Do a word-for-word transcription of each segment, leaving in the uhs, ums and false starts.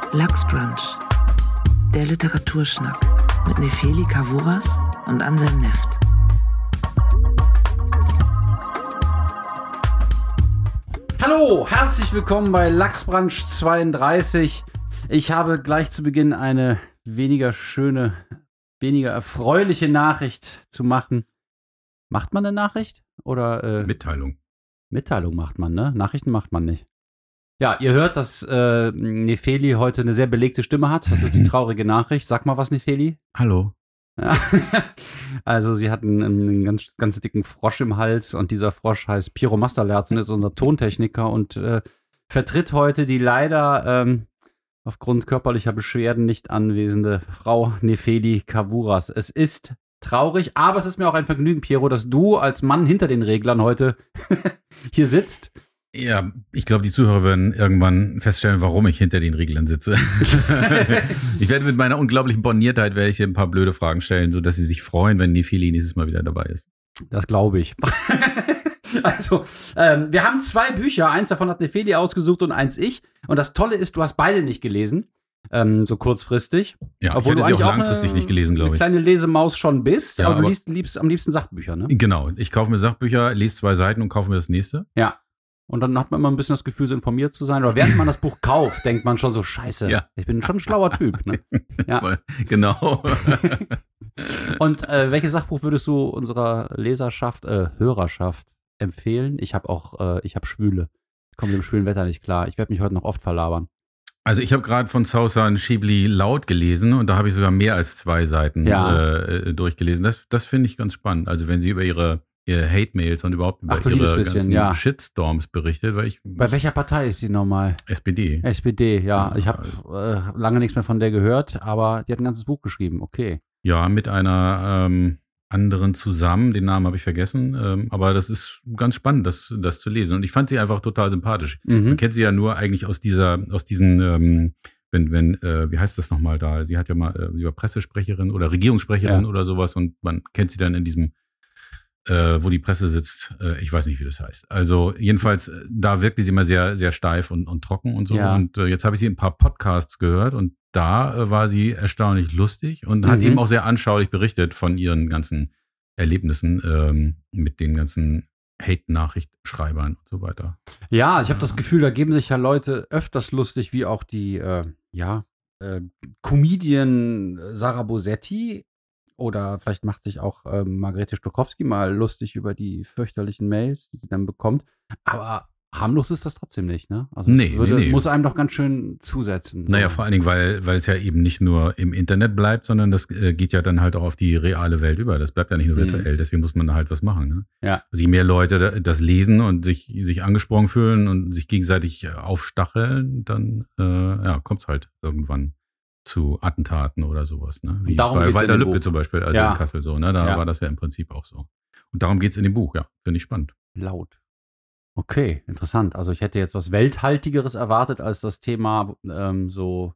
Lachsbrunch, der Literaturschnack mit Nefeli Kavuras und Anselm Neft. Hallo, herzlich willkommen bei Lachsbrunch zweiunddreißig. Ich habe gleich zu Beginn eine weniger schöne, weniger erfreuliche Nachricht zu machen. Macht man eine Nachricht? Oder äh, Mitteilung. Mitteilung macht man, ne? Nachrichten macht man nicht. Ja, ihr hört, dass äh, Nefeli heute eine sehr belegte Stimme hat. Das ist die traurige Nachricht. Sag mal was, Nefeli. Hallo. Ja. Also sie hat einen, einen ganz, ganz dicken Frosch im Hals und dieser Frosch heißt Piero Masterlerz und ist unser Tontechniker und äh, vertritt heute die leider ähm, aufgrund körperlicher Beschwerden nicht anwesende Frau Nefeli Kavuras. Es ist traurig, aber es ist mir auch ein Vergnügen, Piero, dass du als Mann hinter den Reglern heute hier sitzt. Ja, ich glaube, die Zuhörer werden irgendwann feststellen, warum ich hinter den Reglern sitze. Ich werde mit meiner unglaublichen Borniertheit werde ich ein paar blöde Fragen stellen, sodass sie sich freuen, wenn Nefeli nächstes Mal wieder dabei ist. Das glaube ich. Also, ähm, wir haben zwei Bücher. Eins davon hat Nefeli ausgesucht und eins ich. Und das Tolle ist, du hast beide nicht gelesen. Ähm, so kurzfristig. Ja, obwohl ich du hätte sie eigentlich auch langfristig eine, nicht gelesen, glaube ich. eine kleine Lesemaus schon bist, Ja, aber du aber- liest liebst, am liebsten Sachbücher, ne? Genau, ich kaufe mir Sachbücher, lese zwei Seiten und kaufe mir das nächste. Ja. Und dann hat man immer ein bisschen das Gefühl, so informiert zu sein. Oder während man das Buch kauft, denkt man schon so, scheiße, Ja. ich bin schon ein schlauer Typ. Ne? Ja. Genau. Und äh, welches Sachbuch würdest du unserer Leserschaft, äh, Hörerschaft empfehlen? Ich habe auch, äh, ich habe Schwüle. Ich komme mit dem schwülen Wetter nicht klar. Ich werde mich heute noch oft verlabern. Also ich habe gerade von Sausan Shibli Laut gelesen und da habe ich sogar mehr als zwei Seiten Ja. äh, durchgelesen. Das, das finde ich ganz spannend. Also wenn sie über ihre, ihre Hate-Mails und überhaupt über Ach, du liebes ihre bisschen, ganzen ja. Shitstorms berichtet, weil ich Bei welcher Partei ist sie nochmal? S P D. S P D, ja. Ja, Ich habe äh, lange nichts mehr von der gehört, aber die hat ein ganzes Buch geschrieben. Okay. Ja, mit einer ähm, anderen zusammen, den Namen habe ich vergessen, ähm, aber das ist ganz spannend, das, das zu lesen. Und ich fand sie einfach total sympathisch. Mhm. Man kennt sie ja nur eigentlich aus dieser, aus diesen, ähm, wenn, wenn, äh, wie heißt das nochmal da? Sie hat ja mal, äh, sie war Pressesprecherin oder Regierungssprecherin Ja. oder sowas und man kennt sie dann in diesem, äh, wo die Presse sitzt, äh, ich weiß nicht, wie das heißt. Also jedenfalls, äh, da wirkte sie immer sehr, sehr steif und, und trocken und so. Ja. Und äh, jetzt habe ich sie in ein paar Podcasts gehört und da äh, war sie erstaunlich lustig und hat Mhm. eben auch sehr anschaulich berichtet von ihren ganzen Erlebnissen ähm, mit den ganzen Hate-Nachrichtschreibern und so weiter. Ja, ich habe Ja. das Gefühl, da geben sich ja Leute öfters lustig, wie auch die, äh, ja, äh, Comedian Sarah Bosetti. Oder vielleicht macht sich auch äh, Margrethe Stokowski mal lustig über die fürchterlichen Mails, die sie dann bekommt. Aber harmlos ist das trotzdem nicht, ne? Also Nee, es würde, nee, nee. muss einem doch ganz schön zusetzen. so. Naja, vor allen Dingen, weil, weil es ja eben nicht nur im Internet bleibt, sondern das äh, geht ja dann halt auch auf die reale Welt über. Das bleibt ja nicht nur Mhm. virtuell, deswegen muss man da halt was machen. Ne? Ja. Also je mehr Leute da- das lesen und sich, sich angesprochen fühlen und sich gegenseitig äh, aufstacheln, dann äh, ja, kommt es halt irgendwann zu Attentaten oder sowas. Ne? Wie Darum bei geht's in Walter dem Lübcke Buch. zum Beispiel, also Ja. in Kassel so. Ne? Da Ja. war das ja im Prinzip auch so. Und darum geht's in dem Buch, ja. Finde ich spannend. Laut. Okay, interessant. Also ich hätte jetzt was Welthaltigeres erwartet als das Thema ähm, so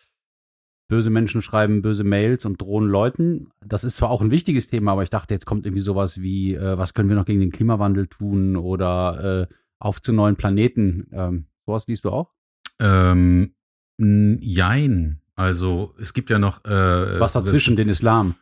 böse Menschen schreiben böse Mails und drohen Leuten. Das ist zwar auch ein wichtiges Thema, aber ich dachte, jetzt kommt irgendwie sowas wie, äh, was können wir noch gegen den Klimawandel tun oder äh, auf zu neuen Planeten. Ähm, sowas liest du auch? Ähm, n- jein. Also es gibt ja noch äh, Was dazwischen, den Islam.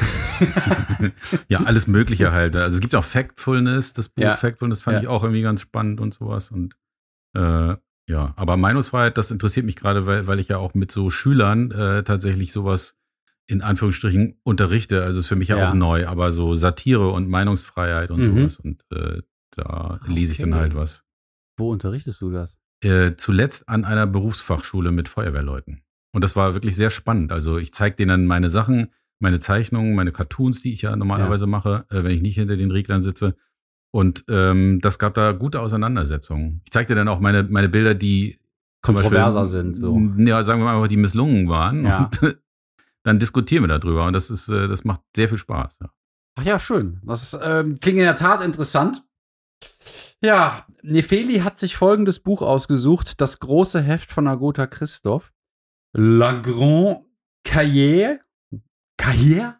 Ja, alles Mögliche halt. Also es gibt auch Factfulness, das Buch Ja. Factfulness fand Ja. ich auch irgendwie ganz spannend und sowas. Und äh, ja, aber Meinungsfreiheit, das interessiert mich gerade, weil, weil ich ja auch mit so Schülern äh, tatsächlich sowas in Anführungsstrichen unterrichte. Also ist für mich ja, Ja. auch neu, aber so Satire und Meinungsfreiheit und Mhm. sowas. Und äh, da lese ich dann Okay. halt was. Wo unterrichtest du das? Äh, zuletzt an einer Berufsfachschule mit Feuerwehrleuten. Und das war wirklich sehr spannend. Also ich zeige denen dann meine Sachen, meine Zeichnungen, meine Cartoons, die ich ja normalerweise mache, äh, wenn ich nicht hinter den Reglern sitze. Und ähm, das gab da gute Auseinandersetzungen. Ich zeigte dann auch meine, meine Bilder, die zum Kontroverser Beispiel, sind, so. Ja, sagen wir mal einfach, die misslungen waren. Ja. Und dann diskutieren wir darüber. Und das ist, äh, das macht sehr viel Spaß. Ja. Ach ja, schön. Das ähm, klingt in der Tat interessant. Ja, Nefeli hat sich folgendes Buch ausgesucht: Das große Heft von Agota Christoph. La Grande Cahier. Cahier?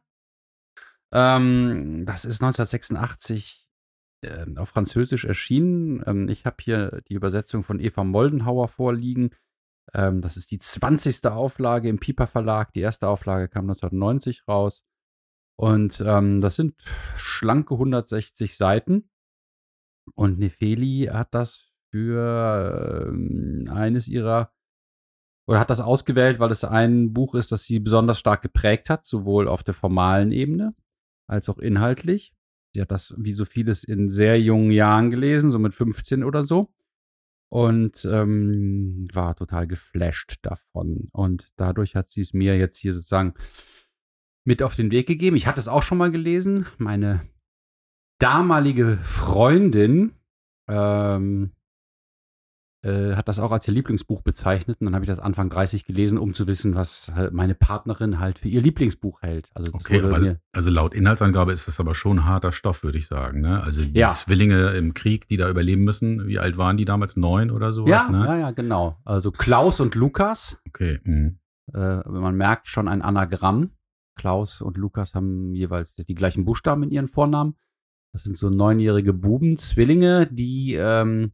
Ähm, das ist neunzehnhundertsechsundachtzig äh, auf Französisch erschienen. Ähm, ich habe hier die Übersetzung von Eva Moldenhauer vorliegen. Ähm, das ist die zwanzigste Auflage im Piper Verlag. Die erste Auflage kam neunzehnhundertneunzig raus. Und ähm, das sind schlanke hundertsechzig Seiten. Und Nefeli hat das für ähm, eines ihrer, oder hat das ausgewählt, weil es ein Buch ist, das sie besonders stark geprägt hat, sowohl auf der formalen Ebene als auch inhaltlich. Sie hat das, wie so vieles, in sehr jungen Jahren gelesen, so mit fünfzehn oder so. Und ähm, war total geflasht davon. Und dadurch hat sie es mir jetzt hier sozusagen mit auf den Weg gegeben. Ich hatte es auch schon mal gelesen. Meine damalige Freundin ähm, äh, hat das auch als ihr Lieblingsbuch bezeichnet. Und dann habe ich das Anfang dreißig gelesen, um zu wissen, was halt meine Partnerin halt für ihr Lieblingsbuch hält. Also, das okay, wurde aber, mir also laut Inhaltsangabe ist das aber schon harter Stoff, würde ich sagen. Ne? Also die Ja. Zwillinge im Krieg, die da überleben müssen, wie alt waren die damals? Neun oder sowas? ja, ne? ja, ja, genau. Also Klaus und Lukas. Okay. Mhm. Äh, man merkt schon ein Anagramm. Klaus und Lukas haben jeweils die gleichen Buchstaben in ihren Vornamen. Das sind so neunjährige Buben, Zwillinge, die ähm,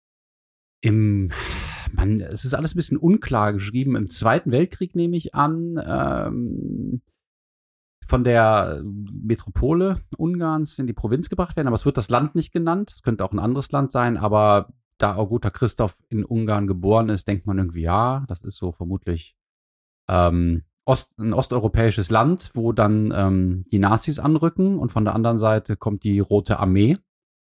im, man, es ist alles ein bisschen unklar geschrieben, im Zweiten Weltkrieg nehme ich an, ähm, von der Metropole Ungarns in die Provinz gebracht werden, aber es wird das Land nicht genannt. Es könnte auch ein anderes Land sein, aber da Augusta Christoph in Ungarn geboren ist, denkt man irgendwie, ja, das ist so vermutlich ähm, Ost, ein osteuropäisches Land, wo dann ähm, die Nazis anrücken und von der anderen Seite kommt die Rote Armee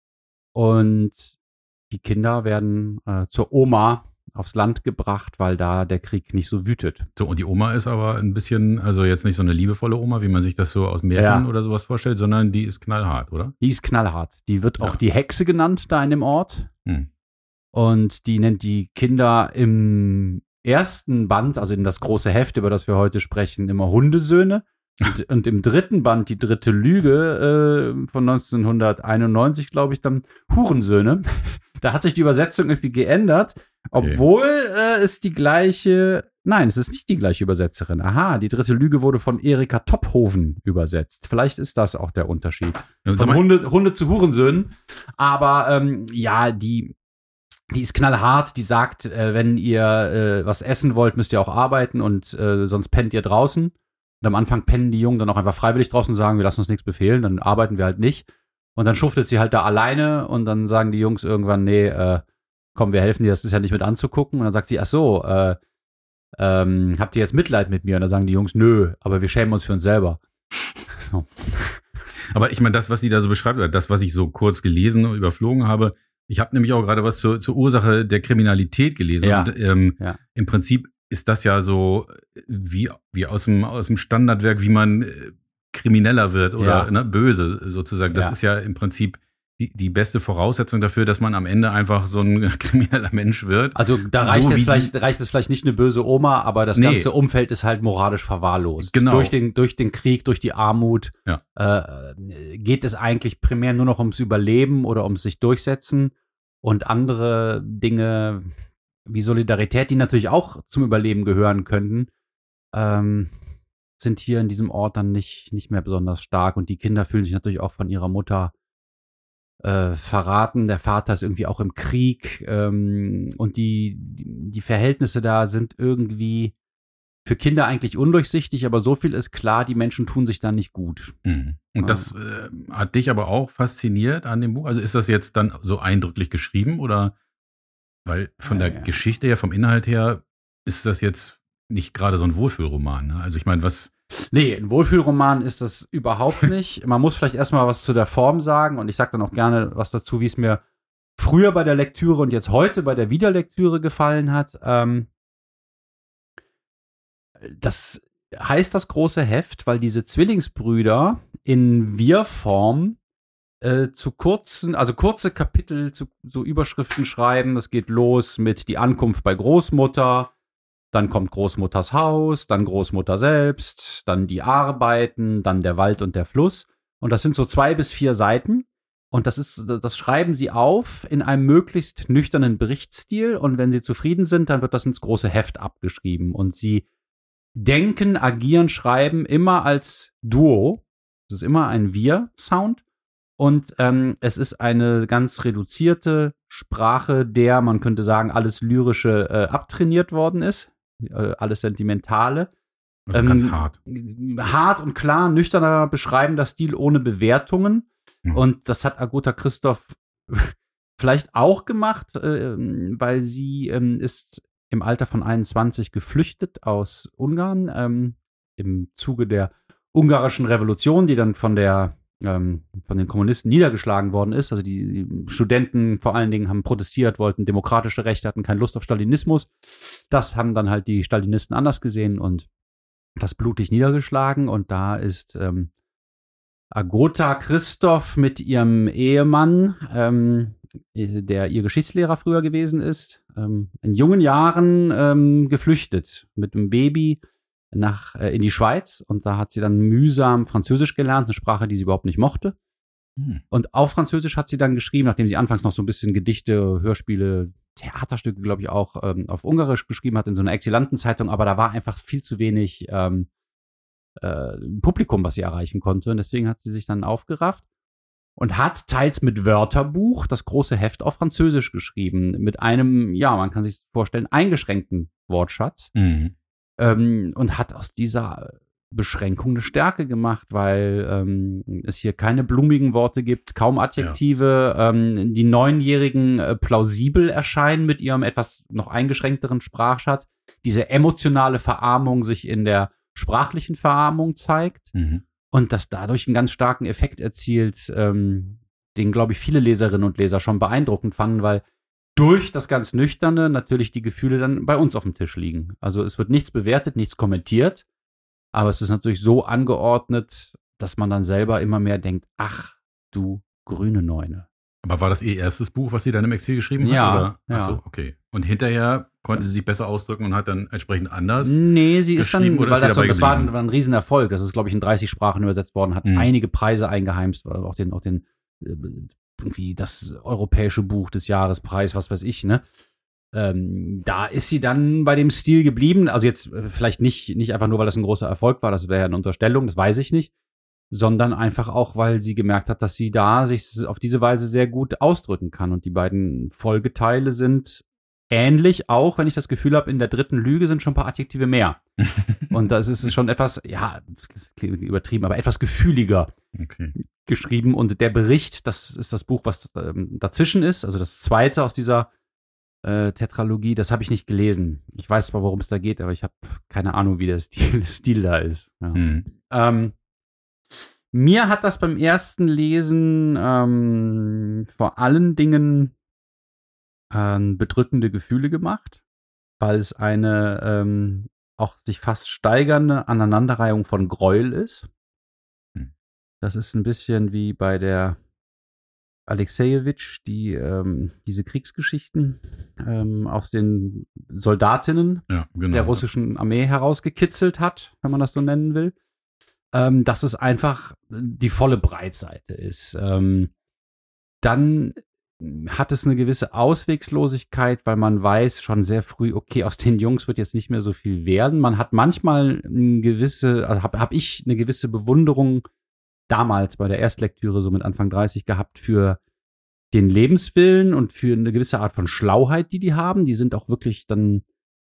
und die Kinder werden äh, zur Oma aufs Land gebracht, weil da der Krieg nicht so wütet. So, und die Oma ist aber ein bisschen, also jetzt nicht so eine liebevolle Oma, wie man sich das so aus Märchen Ja. oder sowas vorstellt, sondern die ist knallhart, oder? Die ist knallhart. Die wird Ja. auch die Hexe genannt da in dem Ort. Hm. Und die nennt die Kinder im ersten Band, also in das große Heft, über das wir heute sprechen, immer Hundesöhne. Und, und im dritten Band, die dritte Lüge äh, von neunzehnhunderteinundneunzig, glaube ich, dann Hurensöhne. Da hat sich die Übersetzung irgendwie geändert, Okay. obwohl äh, es die gleiche, nein, es ist nicht die gleiche Übersetzerin. Aha, die dritte Lüge wurde von Erika Tophoven übersetzt. Vielleicht ist das auch der Unterschied. Sag Von mal, Hunde, Hunde zu Hurensöhnen. Aber ähm, ja, die, die ist knallhart. Die sagt, äh, wenn ihr äh, was essen wollt, müsst ihr auch arbeiten und äh, sonst pennt ihr draußen. Und am Anfang pennen die Jungen dann auch einfach freiwillig draußen und sagen, wir lassen uns nichts befehlen, dann arbeiten wir halt nicht. Und dann schuftet sie halt da alleine und dann sagen die Jungs irgendwann, nee, äh, komm, wir helfen dir, das ist ja nicht mit anzugucken. Und dann sagt sie, ach so, äh, ähm, habt ihr jetzt Mitleid mit mir? Und dann sagen die Jungs, nö, aber wir schämen uns für uns selber. So. aber ich meine, das, was sie da so beschreibt, oder das, was ich so kurz gelesen und überflogen habe, ich habe nämlich auch gerade was zur, zur Ursache der Kriminalität gelesen. Ja. Und ähm, Ja. im Prinzip ist das ja so wie, wie aus dem, aus dem Standardwerk, wie man äh, krimineller wird oder Ja. ne, böse sozusagen. Das Ja. ist ja im Prinzip die, die beste Voraussetzung dafür, dass man am Ende einfach so ein krimineller Mensch wird. Also da So reicht, wie jetzt die- vielleicht, reicht es vielleicht nicht eine böse Oma, aber das Nee. ganze Umfeld ist halt moralisch verwahrlost. Genau. Durch den, durch den Krieg, durch die Armut Ja. äh, geht es eigentlich primär nur noch ums Überleben oder ums sich durchsetzen und andere Dinge wie Solidarität, die natürlich auch zum Überleben gehören könnten, ähm, sind hier in diesem Ort dann nicht, nicht mehr besonders stark. Und die Kinder fühlen sich natürlich auch von ihrer Mutter äh, verraten. Der Vater ist irgendwie auch im Krieg. Ähm, und die, die, die Verhältnisse da sind irgendwie für Kinder eigentlich undurchsichtig, aber so viel ist klar, die Menschen tun sich da nicht gut. Mhm. Und Ja. das äh, hat dich aber auch fasziniert an dem Buch? Also ist das jetzt dann so eindrücklich geschrieben oder weil von Ja, der ja. Geschichte her, vom Inhalt her, ist das jetzt nicht gerade so ein Wohlfühlroman? Ne? Also ich meine, was Nee, ein Wohlfühlroman ist das überhaupt nicht. Man muss vielleicht erstmal was zu der Form sagen und ich sage dann auch gerne was dazu, wie es mir früher bei der Lektüre und jetzt heute bei der Wiederlektüre gefallen hat. Ähm, das heißt das große Heft, weil diese Zwillingsbrüder in Wir-Form äh, zu kurzen, also kurze Kapitel zu so Überschriften schreiben. Es geht los mit die Ankunft bei Großmutter, dann kommt Großmutters Haus, dann Großmutter selbst, dann die Arbeiten, dann der Wald und der Fluss. Und das sind so zwei bis vier Seiten. Und das ist, das schreiben sie auf in einem möglichst nüchternen Berichtsstil. Und wenn sie zufrieden sind, dann wird das ins große Heft abgeschrieben. Und sie denken, agieren, schreiben immer als Duo. Es ist immer ein Wir-Sound. Und ähm, es ist eine ganz reduzierte Sprache, der, man könnte sagen, alles Lyrische äh, abtrainiert worden ist, äh, alles Sentimentale. Also ähm, ganz hart. Hart und klar, nüchterner beschreibender Stil ohne Bewertungen. Hm. Und das hat Agota Christoph vielleicht auch gemacht, äh, weil sie ähm, ist im Alter von einundzwanzig geflüchtet aus Ungarn ähm, im Zuge der ungarischen Revolution, die dann von der ähm, von den Kommunisten niedergeschlagen worden ist. Also die, die Studenten vor allen Dingen haben protestiert, wollten demokratische Rechte, hatten keine Lust auf Stalinismus. Das haben dann halt die Stalinisten anders gesehen und das blutig niedergeschlagen. Und da ist ähm, Agota Christoph mit ihrem Ehemann, ähm, der ihr Geschichtslehrer früher gewesen ist, ähm, in jungen Jahren ähm, geflüchtet mit einem Baby nach äh, in die Schweiz. Und da hat sie dann mühsam Französisch gelernt, eine Sprache, die sie überhaupt nicht mochte. Hm. Und auf Französisch hat sie dann geschrieben, nachdem sie anfangs noch so ein bisschen Gedichte, Hörspiele, Theaterstücke, glaube ich, auch ähm, auf Ungarisch geschrieben hat in so einer exzellenten Zeitung. Aber da war einfach viel zu wenig ähm, äh, Publikum, was sie erreichen konnte. Und deswegen hat sie sich dann aufgerafft und hat teils mit Wörterbuch das große Heft auf Französisch geschrieben. Mit einem, ja, man kann sich vorstellen, eingeschränkten Wortschatz. Mhm. Ähm, und hat aus dieser Beschränkung eine Stärke gemacht, weil ähm, es hier keine blumigen Worte gibt, kaum Adjektive, ja. ähm, die Neunjährigen äh, plausibel erscheinen mit ihrem etwas noch eingeschränkteren Sprachschatz. Diese emotionale Verarmung sich in der sprachlichen Verarmung zeigt. Mhm. Und das dadurch einen ganz starken Effekt erzielt, ähm, den, glaube ich, viele Leserinnen und Leser schon beeindruckend fanden, weil durch das ganz Nüchterne natürlich die Gefühle dann bei uns auf dem Tisch liegen. Also es wird nichts bewertet, nichts kommentiert, aber es ist natürlich so angeordnet, dass man dann selber immer mehr denkt, ach, du grüne Neune. Aber war das ihr erstes Buch, was sie dann im Exil geschrieben hat? Ja. Oder? Ja. Ach so, okay. Und hinterher konnte sie sich besser ausdrücken und hat dann entsprechend anders Nee, sie ist dann, oder weil ist sie das, dabei das war ein, geblieben? war ein Riesenerfolg. Das ist, glaube ich, in dreißig Sprachen übersetzt worden, hat Mhm. einige Preise eingeheimst, auch den, auch den äh, irgendwie das europäische Buch des Jahrespreis, was weiß ich, ne? Ähm, da ist sie dann bei dem Stil geblieben. Also jetzt äh, vielleicht nicht, nicht einfach nur, weil das ein großer Erfolg war, das wäre ja eine Unterstellung, das weiß ich nicht, sondern einfach auch, weil sie gemerkt hat, dass sie da sich auf diese Weise sehr gut ausdrücken kann. Und die beiden Folgeteile sind ähnlich, auch wenn ich das Gefühl habe, in der dritten Lüge sind schon ein paar Adjektive mehr. Und das ist es schon etwas, ja, das klingt übertrieben, aber etwas gefühliger Okay. geschrieben. Und der Bericht, das ist das Buch, was ähm, dazwischen ist, also das zweite aus dieser äh, Tetralogie, das habe ich nicht gelesen. Ich weiß zwar, worum es da geht, aber ich habe keine Ahnung, wie der Stil, Stil da ist. Ja. Mhm. Ähm, mir hat das beim ersten Lesen ähm, vor allen Dingen ähm, bedrückende Gefühle gemacht, weil es eine ähm, auch sich fast steigernde Aneinanderreihung von Gräuel ist. Hm. Das ist ein bisschen wie bei der Alexejewitsch, die ähm, diese Kriegsgeschichten ähm, aus den Soldatinnen Ja, genau. der russischen Armee herausgekitzelt hat, wenn man das so nennen will. Ähm, dass es einfach die volle Breitseite ist. Ähm, dann hat es eine gewisse Auswegslosigkeit, weil man weiß schon sehr früh, okay, aus den Jungs wird jetzt nicht mehr so viel werden. Man hat manchmal eine gewisse, also habe hab ich eine gewisse Bewunderung damals bei der Erstlektüre, so mit Anfang dreißig, gehabt für den Lebenswillen und für eine gewisse Art von Schlauheit, die die haben. Die sind auch wirklich dann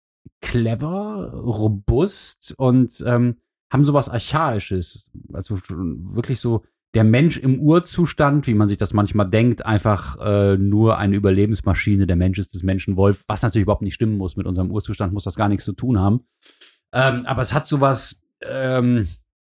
clever, robust und ähm, haben sowas Archaisches. Also schon wirklich so der Mensch im Urzustand, wie man sich das manchmal denkt, einfach äh, nur eine Überlebensmaschine. Der Mensch ist des Menschen Wolf, was natürlich überhaupt nicht stimmen muss. Mit unserem Urzustand muss das gar nichts zu tun haben. Ähm, aber es hat sowas ähm,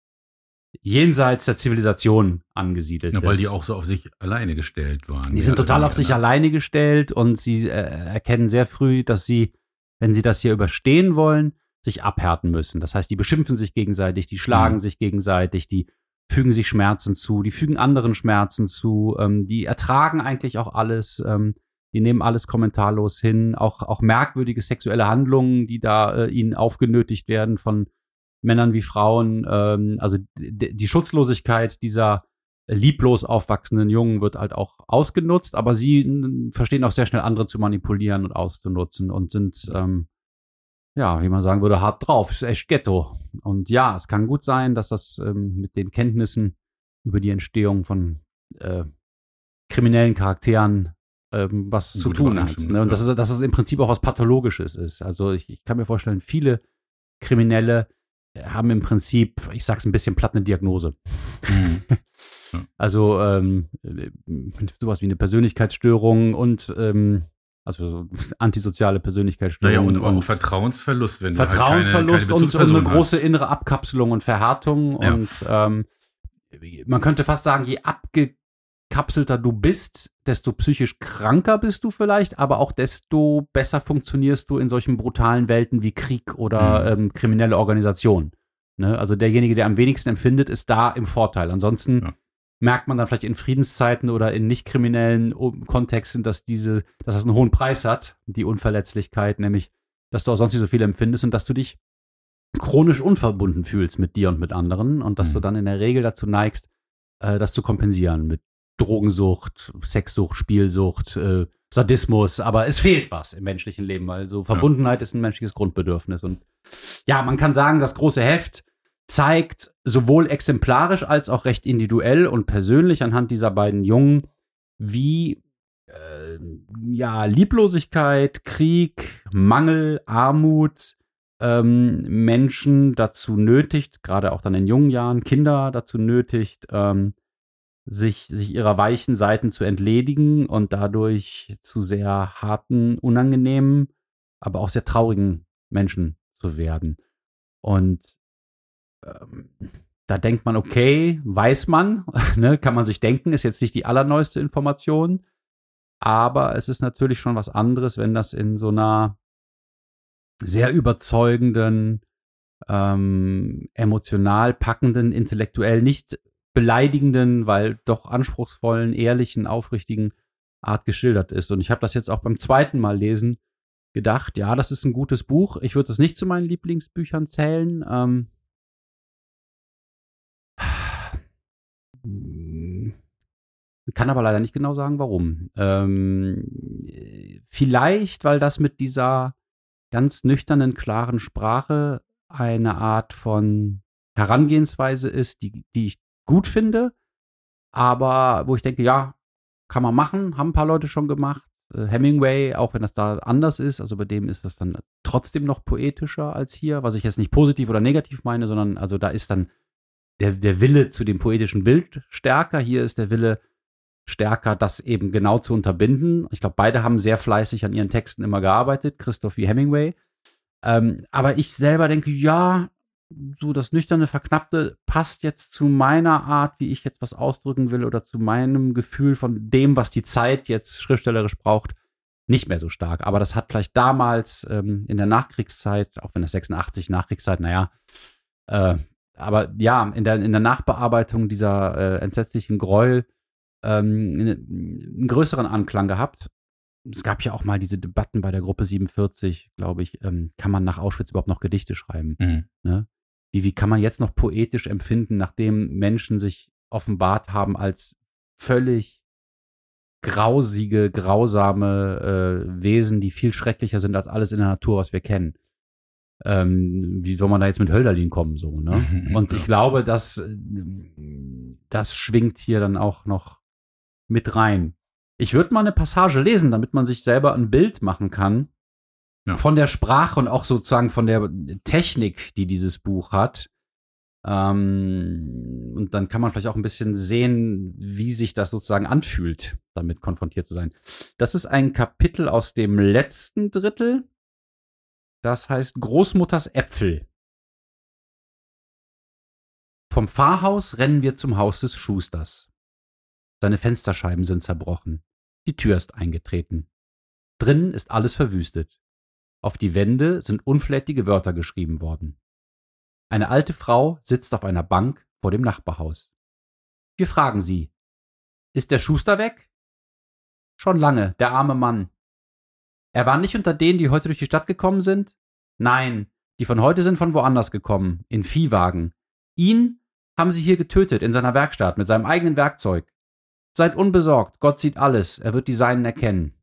jenseits der Zivilisation angesiedelt. Ja, weil die auch so auf sich alleine gestellt waren. Die sind total auf sich ne? alleine gestellt und sie äh, erkennen sehr früh, dass sie, wenn sie das hier überstehen wollen, sich abhärten müssen. Das heißt, die beschimpfen sich gegenseitig, die schlagen Mhm. sich gegenseitig, die fügen sich Schmerzen zu, die fügen anderen Schmerzen zu, ähm, die ertragen eigentlich auch alles, ähm, die nehmen alles kommentarlos hin, auch, auch merkwürdige sexuelle Handlungen, die da äh, ihnen aufgenötigt werden von Männern wie Frauen. Ähm, also d- die Schutzlosigkeit dieser lieblos aufwachsenden Jungen wird halt auch ausgenutzt, aber sie n, verstehen auch sehr schnell, andere zu manipulieren und auszunutzen und sind ähm, ja, wie man sagen würde, hart drauf. Ist echt Ghetto. Und ja, es kann gut sein, dass das ähm, mit den Kenntnissen über die Entstehung von äh, kriminellen Charakteren ähm, was zu Gute tun hat. Übereinstimmung, Ne? Und ja. dass es, dass es im Prinzip auch was Pathologisches ist. Also ich, ich kann mir vorstellen, viele Kriminelle haben im Prinzip, ich sag's ein bisschen platt, eine Diagnose. Mhm. Also ähm, sowas wie eine Persönlichkeitsstörung und ähm, also so antisoziale Persönlichkeitsstörung. Naja, und aber und auch Vertrauensverlust, wenn Vertrauensverlust du halt keine, keine und, und eine Bezugsperson große innere Abkapselung und Verhärtung. Ja. Und ähm, man könnte fast sagen, je abgekapselter du bist, desto psychisch kranker bist du vielleicht, aber auch desto besser funktionierst du in solchen brutalen Welten wie Krieg oder Mhm. ähm, kriminelle Organisation. Ne? Also derjenige, der am wenigsten empfindet, ist da im Vorteil. Ansonsten Ja. merkt man dann vielleicht in Friedenszeiten oder in nicht kriminellen Kontexten, dass diese, dass das einen hohen Preis hat, die Unverletzlichkeit, nämlich, dass du auch sonst nicht so viel empfindest und dass du dich chronisch unverbunden fühlst mit dir und mit anderen und dass Mhm. du dann in der Regel dazu neigst, äh, das zu kompensieren mit Drogensucht, Sexsucht, Spielsucht, äh, Sadismus, aber es fehlt was im menschlichen Leben, weil so Verbundenheit ja. ist ein menschliches Grundbedürfnis. Und ja, man kann sagen, das große Heft zeigt sowohl exemplarisch als auch recht individuell und persönlich anhand dieser beiden Jungen, wie äh, ja, Lieblosigkeit, Krieg, Mangel, Armut ähm, Menschen dazu nötigt, gerade auch dann in jungen Jahren, Kinder dazu nötigt, ähm, sich, sich ihrer weichen Seiten zu entledigen und dadurch zu sehr harten, unangenehmen, aber auch sehr traurigen Menschen zu werden. Und ähm, da denkt man, okay, weiß man, ne, kann man sich denken, ist jetzt nicht die allerneueste Information, aber es ist natürlich schon was anderes, wenn das in so einer sehr überzeugenden, ähm, emotional packenden, intellektuell nicht beleidigenden, weil doch anspruchsvollen, ehrlichen, aufrichtigen Art geschildert ist. Und ich habe das jetzt auch beim zweiten Mal lesen gedacht, ja, das ist ein gutes Buch. Ich würde es nicht zu meinen Lieblingsbüchern zählen. Ähm, kann aber leider nicht genau sagen, warum. Ähm, vielleicht, weil das mit dieser ganz nüchternen, klaren Sprache eine Art von Herangehensweise ist, die, die ich gut finde, aber wo ich denke, ja, kann man machen, haben ein paar Leute schon gemacht. Äh, Hemingway, auch wenn das da anders ist, also bei dem ist das dann trotzdem noch poetischer als hier, was ich jetzt nicht positiv oder negativ meine, sondern also da ist dann der, der Wille zu dem poetischen Bild stärker. Hier ist der Wille stärker, das eben genau zu unterbinden. Ich glaube, beide haben sehr fleißig an ihren Texten immer gearbeitet, Christoph wie Hemingway. Ähm, aber ich selber denke, ja, so das nüchterne, verknappte passt jetzt zu meiner Art, wie ich jetzt was ausdrücken will oder zu meinem Gefühl von dem, was die Zeit jetzt schriftstellerisch braucht, nicht mehr so stark. Aber das hat vielleicht damals ähm, in der Nachkriegszeit, auch wenn das sechsundachtzig Nachkriegszeit, naja, äh, aber ja, in der, in der Nachbearbeitung dieser äh, entsetzlichen Gräuel ähm, einen größeren Anklang gehabt. Es gab ja auch mal diese Debatten bei der Gruppe siebenundvierzig, glaube ich, ähm, kann man nach Auschwitz überhaupt noch Gedichte schreiben? Mhm. Ne? Wie, wie kann man jetzt noch poetisch empfinden, nachdem Menschen sich offenbart haben als völlig grausige, grausame äh, Wesen, die viel schrecklicher sind als alles in der Natur, was wir kennen. Ähm, wie soll man da jetzt mit Hölderlin kommen, so, ne? Und ich glaube, dass das schwingt hier dann auch noch mit rein. Ich würde mal eine Passage lesen, damit man sich selber ein Bild machen kann ja. von der Sprache und auch sozusagen von der Technik, die dieses Buch hat. Ähm, und dann kann man vielleicht auch ein bisschen sehen, wie sich das sozusagen anfühlt, damit konfrontiert zu sein. Das ist ein Kapitel aus dem letzten Drittel. Das heißt Großmutters Äpfel. Vom Pfarrhaus rennen wir zum Haus des Schusters. Seine Fensterscheiben sind zerbrochen. Die Tür ist eingetreten. Drinnen ist alles verwüstet. Auf die Wände sind unflätige Wörter geschrieben worden. Eine alte Frau sitzt auf einer Bank vor dem Nachbarhaus. Wir fragen sie: Ist der Schuster weg? Schon lange, der arme Mann. Er war nicht unter denen, die heute durch die Stadt gekommen sind? Nein, die von heute sind von woanders gekommen, in Viehwagen. Ihn haben sie hier getötet, in seiner Werkstatt, mit seinem eigenen Werkzeug. Seid unbesorgt, Gott sieht alles, er wird die Seinen erkennen.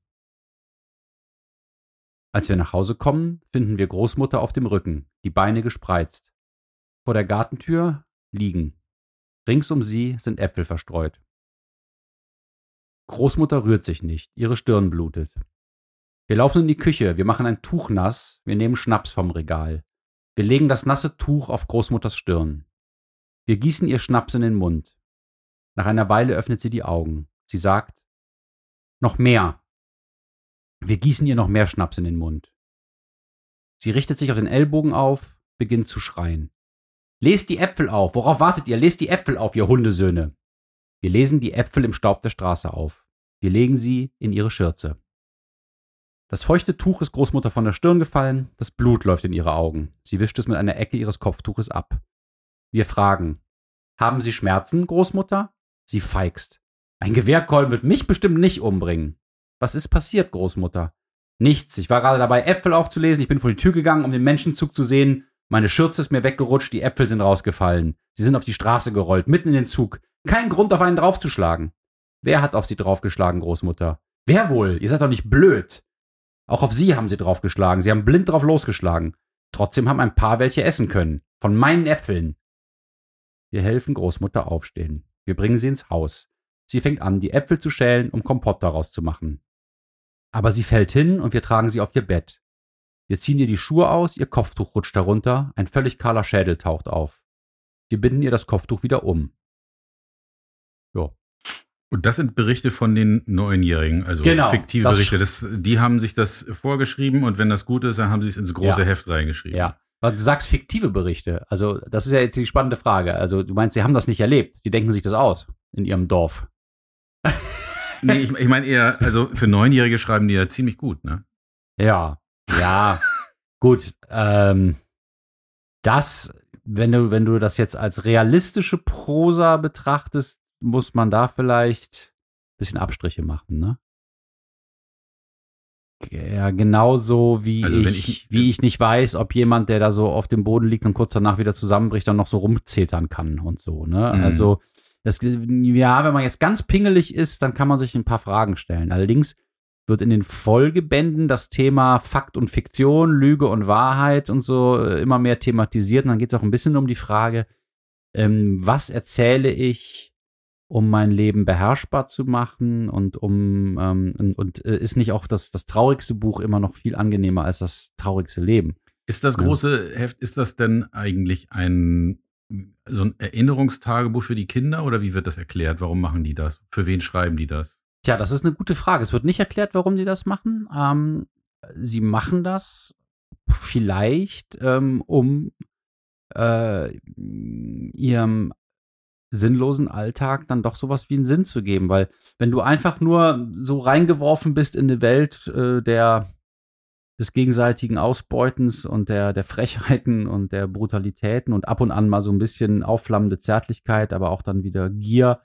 Als wir nach Hause kommen, finden wir Großmutter auf dem Rücken, die Beine gespreizt. Vor der Gartentür liegen. Rings um sie sind Äpfel verstreut. Großmutter rührt sich nicht. Ihre Stirn blutet. Wir laufen in die Küche. Wir machen ein Tuch nass. Wir nehmen Schnaps vom Regal. Wir legen das nasse Tuch auf Großmutters Stirn. Wir gießen ihr Schnaps in den Mund. Nach einer Weile öffnet sie die Augen. Sie sagt, noch mehr. Wir gießen ihr noch mehr Schnaps in den Mund. Sie richtet sich auf den Ellbogen auf, beginnt zu schreien. Lest die Äpfel auf. Worauf wartet ihr? Lest die Äpfel auf, ihr Hundesöhne. Wir lesen die Äpfel im Staub der Straße auf. Wir legen sie in ihre Schürze. Das feuchte Tuch ist Großmutter von der Stirn gefallen, das Blut läuft in ihre Augen. Sie wischt es mit einer Ecke ihres Kopftuches ab. Wir fragen, haben Sie Schmerzen, Großmutter? Sie feigst. Ein Gewehrkolben wird mich bestimmt nicht umbringen. Was ist passiert, Großmutter? Nichts, ich war gerade dabei, Äpfel aufzulesen, ich bin vor die Tür gegangen, um den Menschenzug zu sehen. Meine Schürze ist mir weggerutscht, die Äpfel sind rausgefallen. Sie sind auf die Straße gerollt, mitten in den Zug. Kein Grund, auf einen draufzuschlagen. Wer hat auf Sie draufgeschlagen, Großmutter? Wer wohl? Ihr seid doch nicht blöd. Auch auf Sie haben Sie draufgeschlagen. Sie haben blind drauf losgeschlagen. Trotzdem haben ein paar welche essen können. Von meinen Äpfeln. Wir helfen Großmutter aufstehen. Wir bringen sie ins Haus. Sie fängt an, die Äpfel zu schälen, um Kompott daraus zu machen. Aber sie fällt hin und wir tragen sie auf ihr Bett. Wir ziehen ihr die Schuhe aus, ihr Kopftuch rutscht herunter, ein völlig kahler Schädel taucht auf. Wir binden ihr das Kopftuch wieder um. Jo. Und das sind Berichte von den Neunjährigen, also genau, fiktive das Berichte. Das, die haben sich das vorgeschrieben und wenn das gut ist, dann haben sie es ins große ja. Heft reingeschrieben. Ja, weil du sagst fiktive Berichte. Also das ist ja jetzt die spannende Frage. Also du meinst, sie haben das nicht erlebt. Die denken sich das aus in ihrem Dorf. Nee, ich, ich meine eher, also für Neunjährige schreiben die ja ziemlich gut, ne? Ja, ja, gut. Ähm, das, wenn du, wenn du das jetzt als realistische Prosa betrachtest, muss man da vielleicht ein bisschen Abstriche machen, ne? Ja, genauso wie, also ich, wenn ich, wie ich nicht weiß, ob jemand, der da so auf dem Boden liegt und kurz danach wieder zusammenbricht, dann noch so rumzetern kann und so, ne? Mhm. Also, das, ja, wenn man jetzt ganz pingelig ist, dann kann man sich ein paar Fragen stellen. Allerdings wird in den Folgebänden das Thema Fakt und Fiktion, Lüge und Wahrheit und so immer mehr thematisiert. Und dann geht es auch ein bisschen um die Frage, ähm, was erzähle ich, um mein Leben beherrschbar zu machen und um ähm, und, und äh, ist nicht auch das, das traurigste Buch immer noch viel angenehmer als das traurigste Leben? Ist das große ja. Heft, ist das denn eigentlich ein so ein Erinnerungstagebuch für die Kinder oder wie wird das erklärt? Warum machen die das? Für wen schreiben die das? Tja, das ist eine gute Frage. Es wird nicht erklärt, warum die das machen. Ähm, sie machen das vielleicht, ähm, um äh, ihrem sinnlosen Alltag dann doch sowas wie einen Sinn zu geben. Weil wenn du einfach nur so reingeworfen bist in eine Welt äh, der des gegenseitigen Ausbeutens und der, der Frechheiten und der Brutalitäten und ab und an mal so ein bisschen aufflammende Zärtlichkeit, aber auch dann wieder Gier.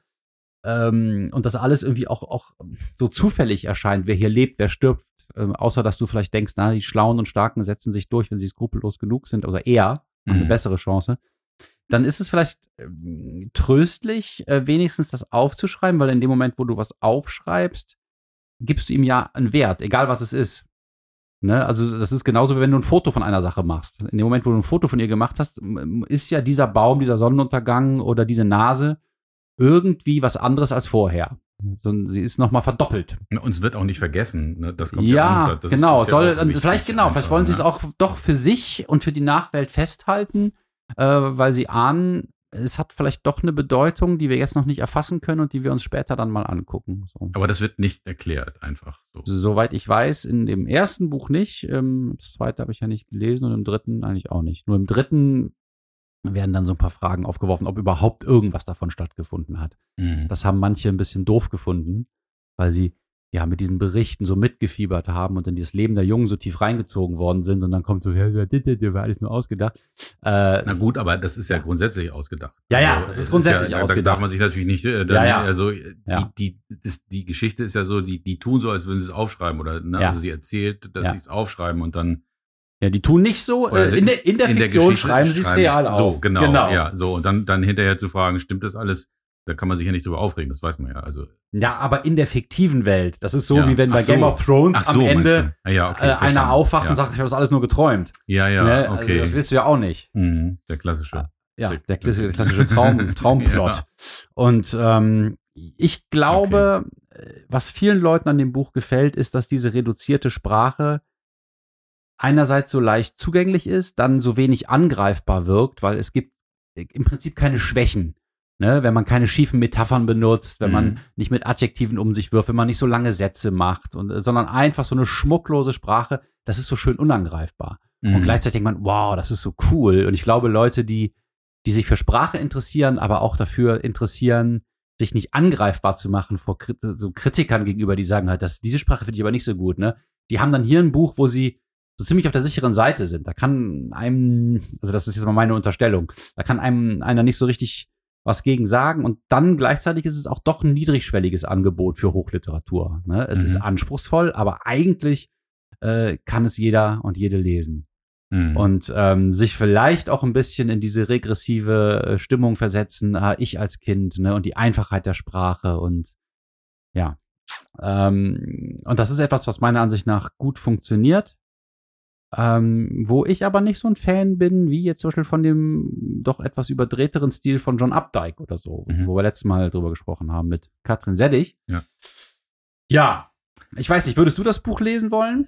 Ähm, und das alles irgendwie auch, auch so zufällig erscheint, wer hier lebt, wer stirbt. Ähm, außer, dass du vielleicht denkst, na, die Schlauen und Starken setzen sich durch, wenn sie skrupellos genug sind, oder eher, mhm. haben eine bessere Chance. Dann ist es vielleicht äh, tröstlich, äh, wenigstens das aufzuschreiben, weil in dem Moment, wo du was aufschreibst, gibst du ihm ja einen Wert, egal was es ist. Ne? Also das ist genauso, wie wenn du ein Foto von einer Sache machst. In dem Moment, wo du ein Foto von ihr gemacht hast, ist ja dieser Baum, dieser Sonnenuntergang oder diese Nase irgendwie was anderes als vorher. So, sie ist nochmal verdoppelt. Uns wird auch nicht vergessen. Ne? Das kommt ja, ja auch noch, das genau. ist, das soll, ja auch vielleicht genau. einfach, Vielleicht wollen sie es ne? auch doch für sich und für die Nachwelt festhalten, äh, weil sie ahnen, es hat vielleicht doch eine Bedeutung, die wir jetzt noch nicht erfassen können und die wir uns später dann mal angucken. So. Aber das wird nicht erklärt, einfach so. Soweit ich weiß, in dem ersten Buch nicht. Ähm, das zweite habe ich ja nicht gelesen und im dritten eigentlich auch nicht. Nur im dritten werden dann so ein paar Fragen aufgeworfen, ob überhaupt irgendwas davon stattgefunden hat. Mhm. Das haben manche ein bisschen doof gefunden, weil sie ja mit diesen Berichten so mitgefiebert haben und in dieses Leben der Jungen so tief reingezogen worden sind und dann kommt so, ja, der war alles nur ausgedacht. Äh, Na gut, aber das ist ja grundsätzlich ausgedacht. Ja, ja, also, das ist grundsätzlich ist ja, ausgedacht. Da darf man sich natürlich nicht, äh, dann, ja, ja. also ja. die, die, das, die Geschichte ist ja so, die, die tun so, als würden sie es aufschreiben oder, ne? Ja. Also sie erzählt, dass ja. sie es aufschreiben und dann Ja, die tun nicht so, äh, in, der, in der in Fiktion der schreiben sie es real auf. So, genau, genau. ja, so und dann, dann hinterher zu fragen, stimmt das alles? Da kann man sich ja nicht drüber aufregen, das weiß man ja. Also ja, aber in der fiktiven Welt, das ist so, ja. wie wenn bei so. Game of Thrones so, am Ende ah, ja, okay, äh, einer aufwacht ja. und sagt, ich habe das alles nur geträumt. Ja, ja, ne? okay. Also das willst du ja auch nicht. Mhm, der klassische. Ja, der, der klassische Traum, Traumplot. Ja. Und ähm, ich glaube, was vielen Leuten an dem Buch gefällt, ist, dass diese reduzierte Sprache einerseits so leicht zugänglich ist, dann so wenig angreifbar wirkt, weil es gibt im Prinzip keine Schwächen. Ne, wenn man keine schiefen Metaphern benutzt, wenn mhm. man nicht mit Adjektiven um sich wirft, wenn man nicht so lange Sätze macht, und, sondern einfach so eine schmucklose Sprache, das ist so schön unangreifbar. Mhm. Und gleichzeitig denkt man, wow, das ist so cool. Und ich glaube, Leute, die, die sich für Sprache interessieren, aber auch dafür interessieren, sich nicht angreifbar zu machen vor so Kritikern gegenüber, die sagen halt, dass diese Sprache finde ich aber nicht so gut, ne? Die haben dann hier ein Buch, wo sie so ziemlich auf der sicheren Seite sind. Da kann einem, also das ist jetzt mal meine Unterstellung, da kann einem einer nicht so richtig was gegen sagen, und dann gleichzeitig ist es auch doch ein niedrigschwelliges Angebot für Hochliteratur. Ne? Es mhm. ist anspruchsvoll, aber eigentlich äh, kann es jeder und jede lesen. Mhm. Und ähm, sich vielleicht auch ein bisschen in diese regressive äh, Stimmung versetzen, äh, ich als Kind, ne? Und die Einfachheit der Sprache und ja. Ähm, und das ist etwas, was meiner Ansicht nach gut funktioniert. Ähm, wo ich aber nicht so ein Fan bin, wie jetzt zum Beispiel von dem doch etwas überdrehteren Stil von John Updike oder so, mhm. wo wir letztes Mal drüber gesprochen haben mit Katrin Seddig. Ja. Ja, ich weiß nicht, würdest du das Buch lesen wollen?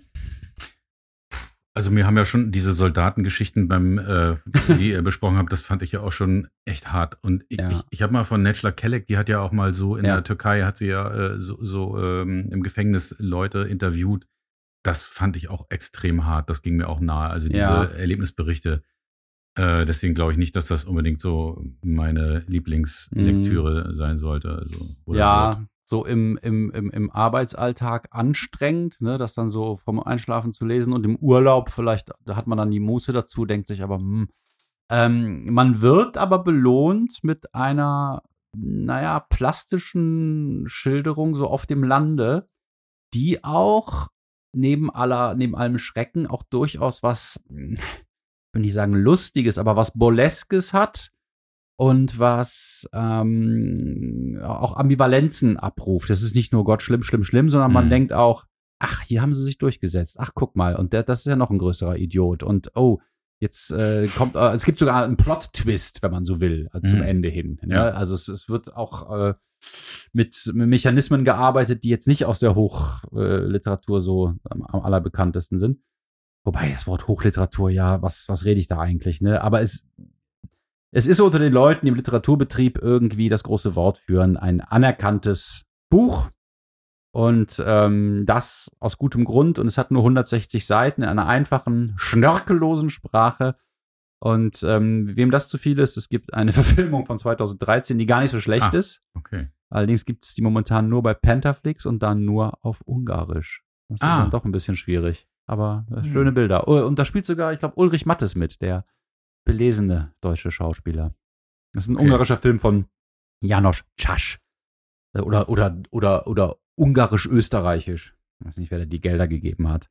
Also mir haben ja schon diese Soldatengeschichten beim, äh, die ihr besprochen habt, das fand ich ja auch schon echt hart. Und ich, ja. ich, ich habe mal von Necla Kelek, die hat ja auch mal so in ja. der Türkei, hat sie ja äh, so, so ähm, im Gefängnis Leute interviewt. Das fand ich auch extrem hart. Das ging mir auch nahe. Also diese ja. Erlebnisberichte. Äh, deswegen glaube ich nicht, dass das unbedingt so meine Lieblingslektüre mm. sein sollte. Also, oder ja, wird. so im, im, im, im Arbeitsalltag anstrengend, ne, das dann so vom Einschlafen zu lesen, und im Urlaub vielleicht, da hat man dann die Muße dazu, denkt sich aber, hm, ähm, man wird aber belohnt mit einer, naja, plastischen Schilderung so auf dem Lande, die auch neben aller, neben allem Schrecken auch durchaus was, ich will nicht sagen Lustiges, aber was Burleskes hat und was ähm, auch Ambivalenzen abruft. Das ist nicht nur Gott, schlimm, schlimm, schlimm, sondern man mhm. denkt auch, ach, hier haben sie sich durchgesetzt. Ach, guck mal, und der, das ist ja noch ein größerer Idiot. Und oh, jetzt äh, kommt, äh, es gibt sogar einen Plot-Twist, wenn man so will, äh, zum mhm. Ende hin. Ja? Ja. Also es, es wird auch äh, mit Mechanismen gearbeitet, die jetzt nicht aus der Hochliteratur so am, am allerbekanntesten sind. Wobei das Wort Hochliteratur, ja, was, was rede ich da eigentlich, ne? Aber es, es ist unter den Leuten, die im Literaturbetrieb irgendwie das große Wort führen, ein anerkanntes Buch. Und ähm, das aus gutem Grund. Und es hat nur hundertsechzig Seiten in einer einfachen, schnörkellosen Sprache. Und ähm, wem das zu viel ist, es gibt eine Verfilmung von zweitausenddreizehn, die gar nicht so schlecht ah, ist. Okay. Allerdings gibt es die momentan nur bei Pentaflix und dann nur auf Ungarisch. Das ah. ist dann doch ein bisschen schwierig. Aber äh, schöne hm. Bilder. Oh, und da spielt sogar, ich glaube, Ulrich Mattes mit, der belesene deutsche Schauspieler. Das ist ein okay. ungarischer Film von János Csass. Oder, oder, oder, oder ungarisch-österreichisch. Ich weiß nicht, wer da die Gelder gegeben hat.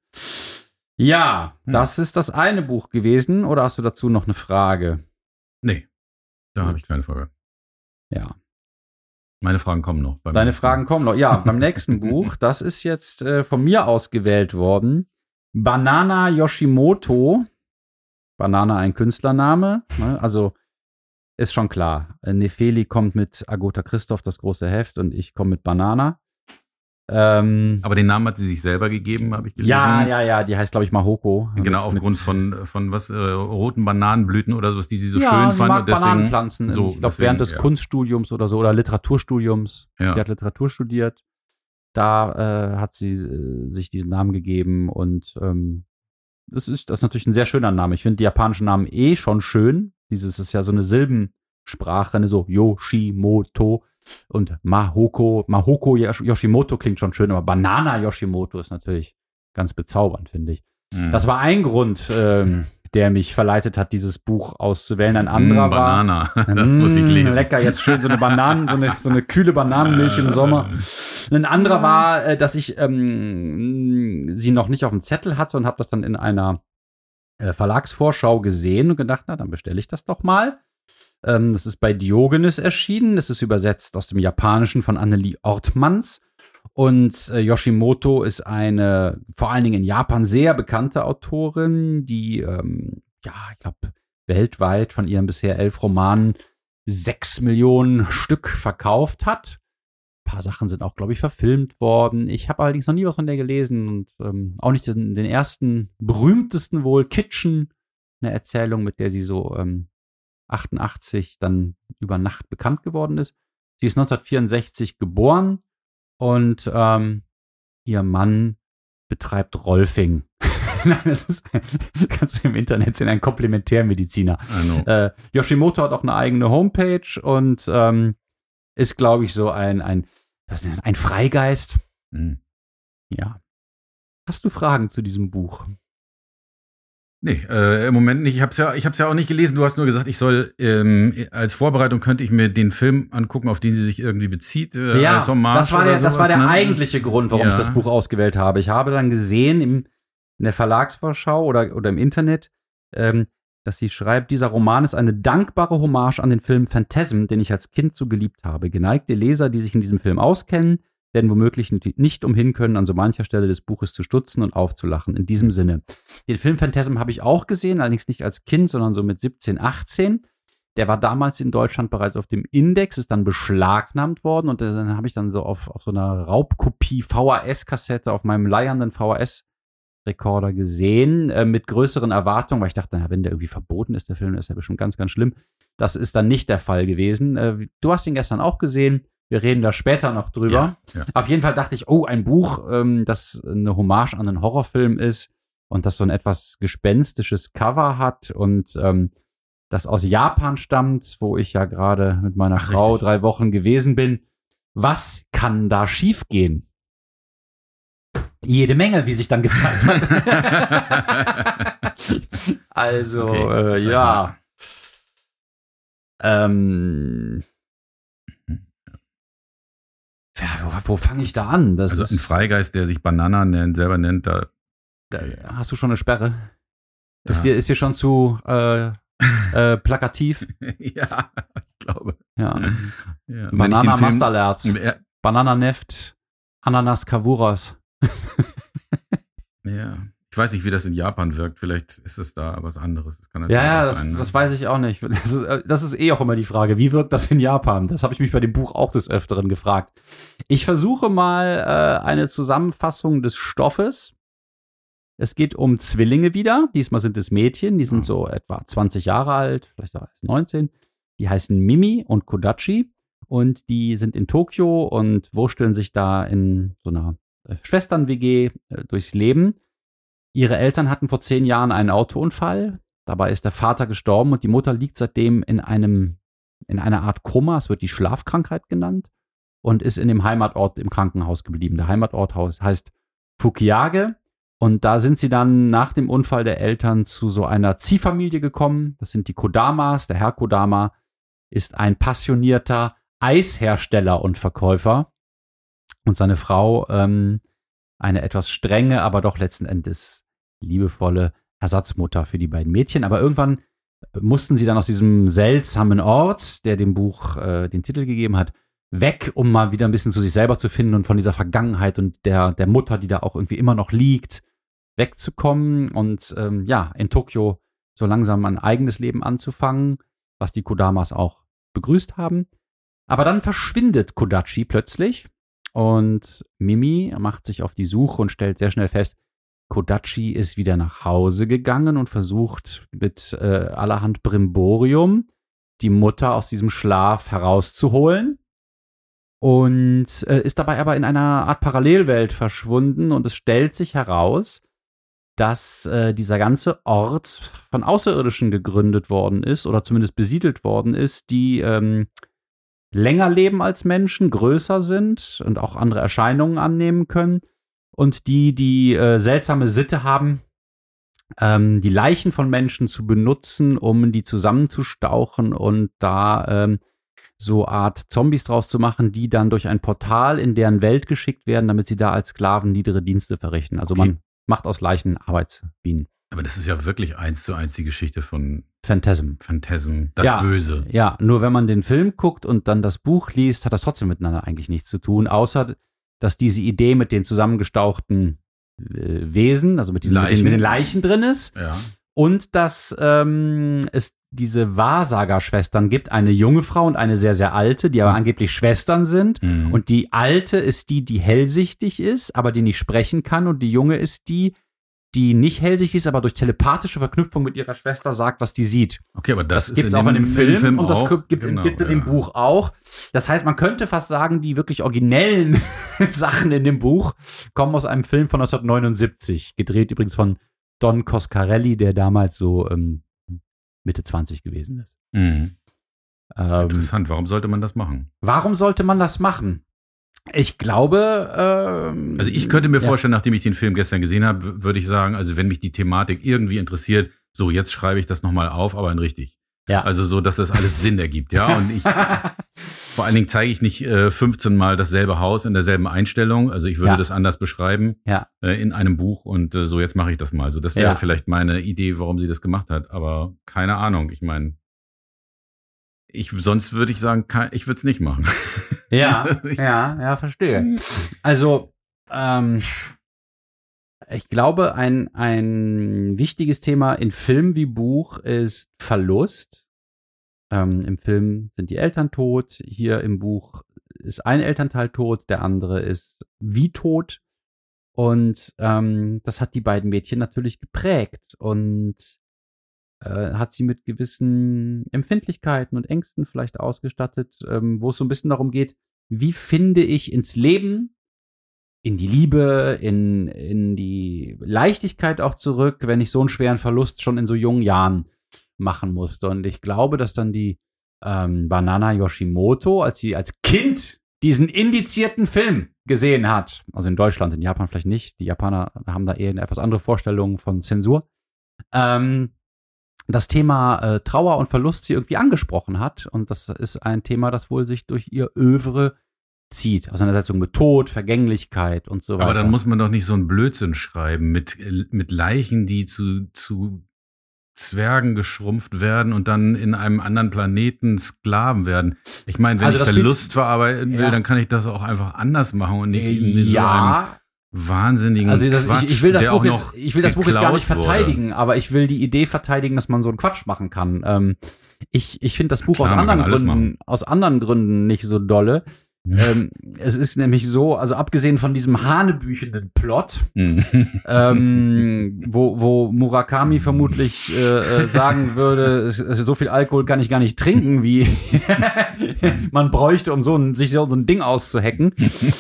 Ja, hm. das ist das eine Buch gewesen. Oder hast du dazu noch eine Frage? Nee, da habe ich keine Frage. Ja. Meine Fragen kommen noch. Deine Fragen Buch. kommen noch. Ja, beim nächsten Buch, das ist jetzt äh, von mir ausgewählt worden. Banana Yoshimoto. Banana ein Künstlername. Ne? Also ist schon klar. Nefeli kommt mit Agota Christoph, das große Heft, und ich komme mit Banana. Ähm, Aber den Namen hat sie sich selber gegeben, habe ich gelesen. Ja, ja, ja, die heißt, glaube ich, Mahoko. Genau, mit, aufgrund mit, von, von was, äh, roten Bananenblüten oder sowas, die sie so ja, schön sie fand. Mag und deswegen, Bananenpflanzen. So, ich glaube, während des ja. Kunststudiums oder so, oder Literaturstudiums. Ja. Die hat Literatur studiert. Da äh, hat sie äh, sich diesen Namen gegeben, und ähm, das ist, das ist natürlich ein sehr schöner Name. Ich finde die japanischen Namen eh schon schön. Dieses ist ja so eine Silbensprache, ne, so Yoshimoto. Und Mahoko, Mahoko Yoshimoto klingt schon schön, aber Banana Yoshimoto ist natürlich ganz bezaubernd, finde ich. Mhm. Das war ein Grund, ähm, der mich verleitet hat, dieses Buch auszuwählen. Ein anderer mm, Banana. war, das mm, muss ich lesen. Lecker, jetzt schön so eine Bananen, so eine, so eine kühle Bananenmilch im Sommer. Ein anderer war, äh, dass ich ähm, sie noch nicht auf dem Zettel hatte und habe das dann in einer äh, Verlagsvorschau gesehen und gedacht, na, dann bestelle ich das doch mal. Das ist bei Diogenes erschienen. Es ist übersetzt aus dem Japanischen von Annelie Ortmanns. Und äh, Yoshimoto ist eine vor allen Dingen in Japan sehr bekannte Autorin, die, ähm, ja, ich glaube, weltweit von ihren bisher elf Romanen sechs Millionen Stück verkauft hat. paar Sachen sind auch, glaube ich, verfilmt worden. Ich habe allerdings noch nie was von der gelesen und ähm, auch nicht den, den ersten, berühmtesten wohl, Kitchen, eine Erzählung, mit der sie so ähm, achtundachtzig dann über Nacht bekannt geworden ist. Sie ist neunzehnhundertvierundsechzig geboren und ähm, ihr Mann betreibt Rolfing. Nein, das ist, kannst du im Internet sehen, ein Komplementärmediziner. Äh, Yoshimoto hat auch eine eigene Homepage und ähm, ist, glaube ich, so ein, ein, ein Freigeist. Mhm. Ja. Hast du Fragen zu diesem Buch? Nee, äh, im Moment nicht. Ich habe es ja, ich hab's ja auch nicht gelesen. Du hast nur gesagt, ich soll ähm, als Vorbereitung könnte ich mir den Film angucken, auf den sie sich irgendwie bezieht. Äh, ja, als Hommage das war der, oder das war der sowas, ne? eigentliche Grund, warum ja. ich das Buch ausgewählt habe. Ich habe dann gesehen im, in der Verlagsvorschau oder, oder im Internet, ähm, dass sie schreibt, dieser Roman ist eine dankbare Hommage an den Film Phantasm, den ich als Kind so geliebt habe. Geneigte Leser, die sich in diesem Film auskennen, werden womöglich nicht umhin können, an so mancher Stelle des Buches zu stutzen und aufzulachen. In diesem Sinne. Den Film Phantasm habe ich auch gesehen, allerdings nicht als Kind, sondern so mit siebzehn, achtzehn. Der war damals in Deutschland bereits auf dem Index, ist dann beschlagnahmt worden und dann habe ich dann so auf, auf so einer Raubkopie V H S-Kassette auf meinem leiernden V H S-Rekorder gesehen, äh, mit größeren Erwartungen, weil ich dachte, na, wenn der irgendwie verboten ist, der Film, ist ja bestimmt ganz, ganz schlimm. Das ist dann nicht der Fall gewesen. Äh, du hast ihn gestern auch gesehen. Wir reden da später noch drüber. Ja, ja. Auf jeden Fall dachte ich, oh, ein Buch, ähm, das eine Hommage an einen Horrorfilm ist und das so ein etwas gespenstisches Cover hat und ähm, das aus Japan stammt, wo ich ja gerade mit meiner Ach, Frau richtig. drei Wochen gewesen bin. Was kann da schiefgehen? Jede Menge, wie sich dann gezeigt hat. Also, Okay, äh, ja. Ähm... Ja, wo, wo fange ich da an? Das also ist, ein Freigeist, der sich Banana nennt, selber nennt, da. da hast du schon eine Sperre? Ja. Ist, dir, ist dir schon zu äh, äh, plakativ? Ja, ich glaube. Ja. Ja. Wenn ich Banana den Film- Masterlerz, Ja, Banananeft, Ananas Kavuras. ja. Ich weiß nicht, wie das in Japan wirkt. Vielleicht ist es da was anderes. Das kann Ja, natürlich ja, auch das, sein, ne? das weiß ich auch nicht. Das ist, äh, das ist eh auch immer die Frage, wie wirkt das in Japan? Das habe ich mich bei dem Buch auch des Öfteren gefragt. Ich versuche mal äh, eine Zusammenfassung des Stoffes. Es geht um Zwillinge wieder. Diesmal sind es Mädchen, die sind so etwa zwanzig Jahre alt, vielleicht auch neunzehn. Die heißen Mimi und Kodachi und die sind in Tokio und wursteln sich da in so einer äh, Schwestern-W G äh, durchs Leben. Ihre Eltern hatten vor zehn Jahren einen Autounfall. Dabei ist der Vater gestorben und die Mutter liegt seitdem in einem, in einer Art Koma. Es wird die Schlafkrankheit genannt und ist in dem Heimatort im Krankenhaus geblieben. Der Heimatort heißt Fukiage. Und da sind sie dann nach dem Unfall der Eltern zu so einer Ziehfamilie gekommen. Das sind die Kodamas. Der Herr Kodama ist ein passionierter Eishersteller und Verkäufer. Und seine Frau ähm, eine etwas strenge, aber doch letzten Endes liebevolle Ersatzmutter für die beiden Mädchen. Aber irgendwann mussten sie dann aus diesem seltsamen Ort, der dem Buch äh, den Titel gegeben hat, weg, um mal wieder ein bisschen zu sich selber zu finden und von dieser Vergangenheit und der, der Mutter, die da auch irgendwie immer noch liegt, wegzukommen und ähm, ja, in Tokio so langsam ein eigenes Leben anzufangen, was die Kodamas auch begrüßt haben. Aber dann verschwindet Kodachi plötzlich und Mimi macht sich auf die Suche und stellt sehr schnell fest, Kodachi ist wieder nach Hause gegangen und versucht mit äh, allerhand Brimborium die Mutter aus diesem Schlaf herauszuholen und äh, ist dabei aber in einer Art Parallelwelt verschwunden und es stellt sich heraus, dass äh, dieser ganze Ort von Außerirdischen gegründet worden ist oder zumindest besiedelt worden ist, die ähm, länger leben als Menschen, größer sind und auch andere Erscheinungen annehmen können und die die äh, seltsame Sitte haben, ähm, die Leichen von Menschen zu benutzen, um die zusammenzustauchen und da ähm, so Art Zombies draus zu machen, die dann durch ein Portal in deren Welt geschickt werden, damit sie da als Sklaven niedere Dienste verrichten. Also Okay. man macht aus Leichen Arbeitsbienen. Aber das ist ja wirklich eins zu eins die Geschichte von Phantasm. Phantasm, das Ja. Böse. Ja, nur wenn man den Film guckt und dann das Buch liest, hat das trotzdem miteinander eigentlich nichts zu tun, außer dass diese Idee mit den zusammengestauchten äh, Wesen, also mit, diesen, mit, den, Leichen. mit den Leichen drin ist Ja. und dass ähm, es diese Wahrsagerschwestern gibt, eine junge Frau und eine sehr, sehr alte, die aber mhm. angeblich Schwestern sind. Mhm. Und die alte ist die, die hellsichtig ist, aber die nicht sprechen kann. Und die junge ist die, die nicht hellsichtig ist, aber durch telepathische Verknüpfung mit ihihrer Schwester sagt, was die sieht. Okay, aber das, das gibt es auch in dem Film, Film und das auch. gibt es genau, in dem ja. Buch auch. Das heißt, man könnte fast sagen, die wirklich originellen Sachen in dem Buch kommen aus einem Film von neunzehnhundertneunundsiebzig, gedreht übrigens von Don Coscarelli, der damals so ähm, Mitte zwanzig gewesen ist. Mhm. Ähm, Interessant, warum sollte man das machen? Warum sollte man das machen? Ich glaube, ähm, also ich könnte mir ja. vorstellen, nachdem ich den Film gestern gesehen habe, würde ich sagen, also wenn mich die Thematik irgendwie interessiert, so jetzt schreibe ich das nochmal auf, aber in richtig. Ja. Also so, dass das alles Sinn ergibt, ja. Und ich vor allen Dingen zeige ich nicht äh, fünfzehn Mal dasselbe Haus in derselben Einstellung. Also ich würde ja. das anders beschreiben ja. äh, in einem Buch und äh, so jetzt mache ich das mal. So, das wäre ja. vielleicht meine Idee, warum sie das gemacht hat. Aber keine Ahnung. Ich meine, ich sonst würde ich sagen, kein, ich würde es nicht machen. Ja, ja, ja, verstehe. Also ähm, ich glaube, ein, ein wichtiges Thema in Film wie Buch ist Verlust. Ähm, Im Film sind die Eltern tot. Hier im Buch ist ein Elternteil tot, der andere ist wie tot. Und ähm, das hat die beiden Mädchen natürlich geprägt und äh, hat sie mit gewissen Empfindlichkeiten und Ängsten vielleicht ausgestattet, ähm, wo es so ein bisschen darum geht, wie finde ich ins Leben, in die Liebe, in, in die Leichtigkeit auch zurück, wenn ich so einen schweren Verlust schon in so jungen Jahren machen musste. Und ich glaube, dass dann die ähm, Banana Yoshimoto, als sie als Kind diesen indizierten Film gesehen hat, also in Deutschland, in Japan vielleicht nicht, die Japaner haben da eher eine etwas andere Vorstellung von Zensur, ähm, das Thema äh, Trauer und Verlust sie irgendwie angesprochen hat. Und das ist ein Thema, das wohl sich durch ihr Övre zieht. Auseinandersetzung mit Tod, Vergänglichkeit und so weiter. Aber dann muss man doch nicht so einen Blödsinn schreiben mit, mit Leichen, die zu, zu Zwergen geschrumpft werden und dann in einem anderen Planeten Sklaven werden. Ich meine, wenn also ich Verlust verarbeiten will, ja. dann kann ich das auch einfach anders machen und nicht in, in ja. so einem wahnsinnigen also das, Quatsch, ich, ich will das, der Buch, auch noch jetzt, ich will das Buch jetzt gar nicht verteidigen, wurde. aber ich will die Idee verteidigen, dass man so einen Quatsch machen kann. Ähm, ich, ich finde das Buch Klar, aus man kann anderen alles Gründen, machen. aus anderen Gründen nicht so dolle. ähm, es ist nämlich so, also abgesehen von diesem hanebüchenden Plot, ähm, wo, wo Murakami vermutlich äh, äh, sagen würde, es, es, so viel Alkohol kann ich gar nicht trinken, wie man bräuchte, um so ein, sich so ein Ding auszuhacken,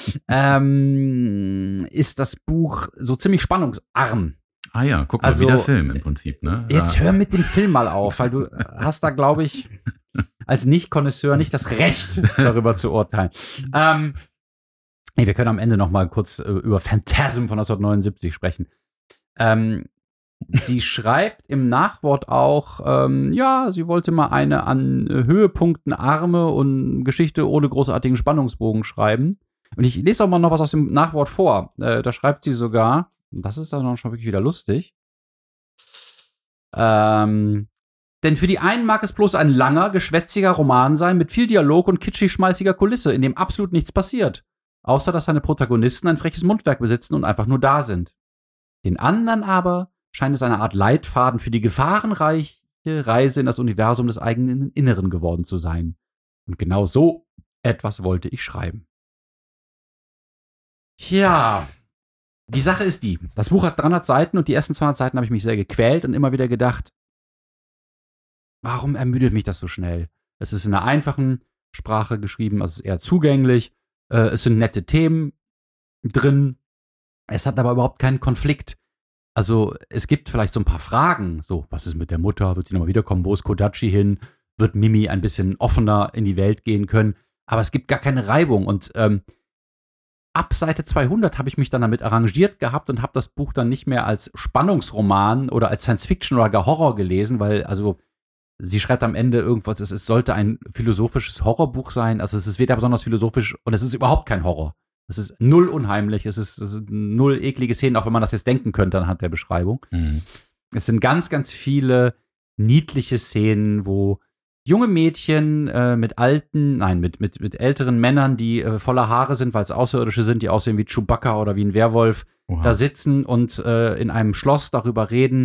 ähm, ist das Buch so ziemlich spannungsarm. Ah ja, guck mal, Also, wie der Film im Prinzip, ne? Jetzt Ja. hör mit dem Film mal auf, weil du hast da, glaube ich, als Nicht-Konnoisseur nicht das Recht, darüber zu urteilen. Ähm, nee, wir können am Ende noch mal kurz äh, über Phantasm von neunzehnhundertneunundsiebzig sprechen. Ähm, sie schreibt im Nachwort auch, ähm, ja, sie wollte mal eine an äh, Höhepunkten arme und Geschichte ohne großartigen Spannungsbogen schreiben. Und ich lese auch mal noch was aus dem Nachwort vor. Äh, da schreibt sie sogar, das ist dann schon wirklich wieder lustig, ähm, denn für die einen mag es bloß ein langer, geschwätziger Roman sein mit viel Dialog und kitschig-schmalziger Kulisse, in dem absolut nichts passiert. Außer, dass seine Protagonisten ein freches Mundwerk besitzen und einfach nur da sind. Den anderen aber scheint es eine Art Leitfaden für die gefahrenreiche Reise in das Universum des eigenen Inneren geworden zu sein. Und genau so etwas wollte ich schreiben. Ja, die Sache ist die. Das Buch hat dreihundert Seiten und die ersten zweihundert Seiten habe ich mich sehr gequält und immer wieder gedacht, warum ermüdet mich das so schnell? Es ist in einer einfachen Sprache geschrieben, also es ist eher zugänglich, äh, es sind nette Themen drin, es hat aber überhaupt keinen Konflikt. Also es gibt vielleicht so ein paar Fragen, so, was ist mit der Mutter, wird sie nochmal wiederkommen, wo ist Kodachi hin, wird Mimi ein bisschen offener in die Welt gehen können, aber es gibt gar keine Reibung und ähm, ab Seite zweihundert habe ich mich dann damit arrangiert gehabt und habe das Buch dann nicht mehr als Spannungsroman oder als Science-Fiction oder gar Horror gelesen, weil also sie schreibt am Ende irgendwas, es, es sollte ein philosophisches Horrorbuch sein, also es ist weder besonders philosophisch und es ist überhaupt kein Horror. Es ist null unheimlich, es ist, es ist null eklige Szenen, auch wenn man das jetzt denken könnte anhand der Beschreibung. Mhm. Es sind ganz, ganz viele niedliche Szenen, wo junge Mädchen äh, mit alten, nein, mit, mit, mit älteren Männern, die äh, voller Haare sind, weil es Außerirdische sind, die aussehen wie Chewbacca oder wie ein Werwolf, Oha. da sitzen und äh, in einem Schloss darüber reden,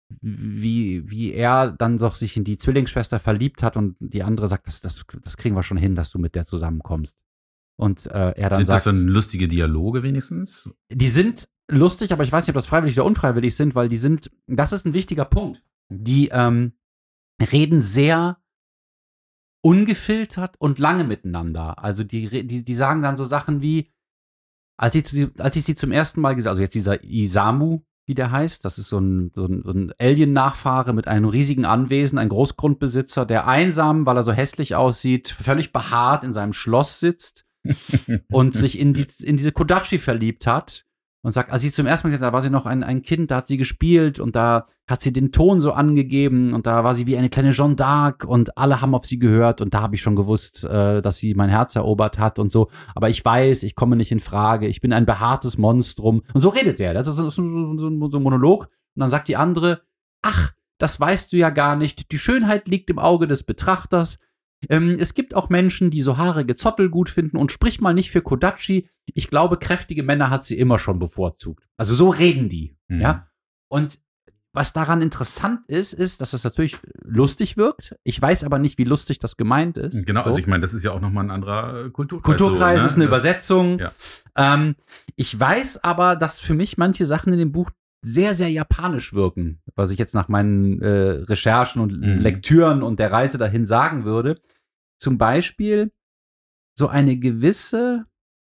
wie, wie er dann doch sich in die Zwillingsschwester verliebt hat und die andere sagt, das, das, das kriegen wir schon hin, dass du mit der zusammenkommst. Und äh, er dann sind sagt. Sind das dann lustige Dialoge wenigstens? Die sind lustig, aber ich weiß nicht, ob das freiwillig oder unfreiwillig sind, weil die sind, das ist ein wichtiger Punkt. Die ähm, reden sehr ungefiltert und lange miteinander. Also die, die, die sagen dann so Sachen wie, als ich, zu, als ich sie zum ersten Mal gesehen habe, also jetzt dieser Isamu, wie der heißt, das ist so ein, so ein, so ein Alien-Nachfahre mit einem riesigen Anwesen, ein Großgrundbesitzer, der einsam, weil er so hässlich aussieht, völlig behaart in seinem Schloss sitzt und sich in, die, in diese Kodachi verliebt hat. Und sagt, als sie zum ersten Mal gesagt hat, da war sie noch ein, ein Kind, da hat sie gespielt und da hat sie den Ton so angegeben und da war sie wie eine kleine Jeanne d'Arc und alle haben auf sie gehört und da habe ich schon gewusst, äh, dass sie mein Herz erobert hat und so. Aber ich weiß, ich komme nicht in Frage, ich bin ein behaartes Monstrum. Und so redet er. Das ist so, so, so ein Monolog. Und dann sagt die andere, ach, das weißt du ja gar nicht. Die Schönheit liegt im Auge des Betrachters. Ähm, es gibt auch Menschen, die so haarige Zottel gut finden und sprich mal nicht für Kodachi. Ich glaube, kräftige Männer hat sie immer schon bevorzugt. Also so reden die, mhm. ja. Und was daran interessant ist, ist, dass das natürlich lustig wirkt. Ich weiß aber nicht, wie lustig das gemeint ist. Genau, so. Also ich meine, das ist ja auch nochmal ein anderer Kulturkreis. Kulturkreis so, ist eine ne? Übersetzung. Ja. Ähm, ich weiß aber, dass für mich manche Sachen in dem Buch sehr, sehr japanisch wirken, was ich jetzt nach meinen äh, Recherchen und mhm. Lektüren und der Reise dahin sagen würde. Zum Beispiel so eine gewisse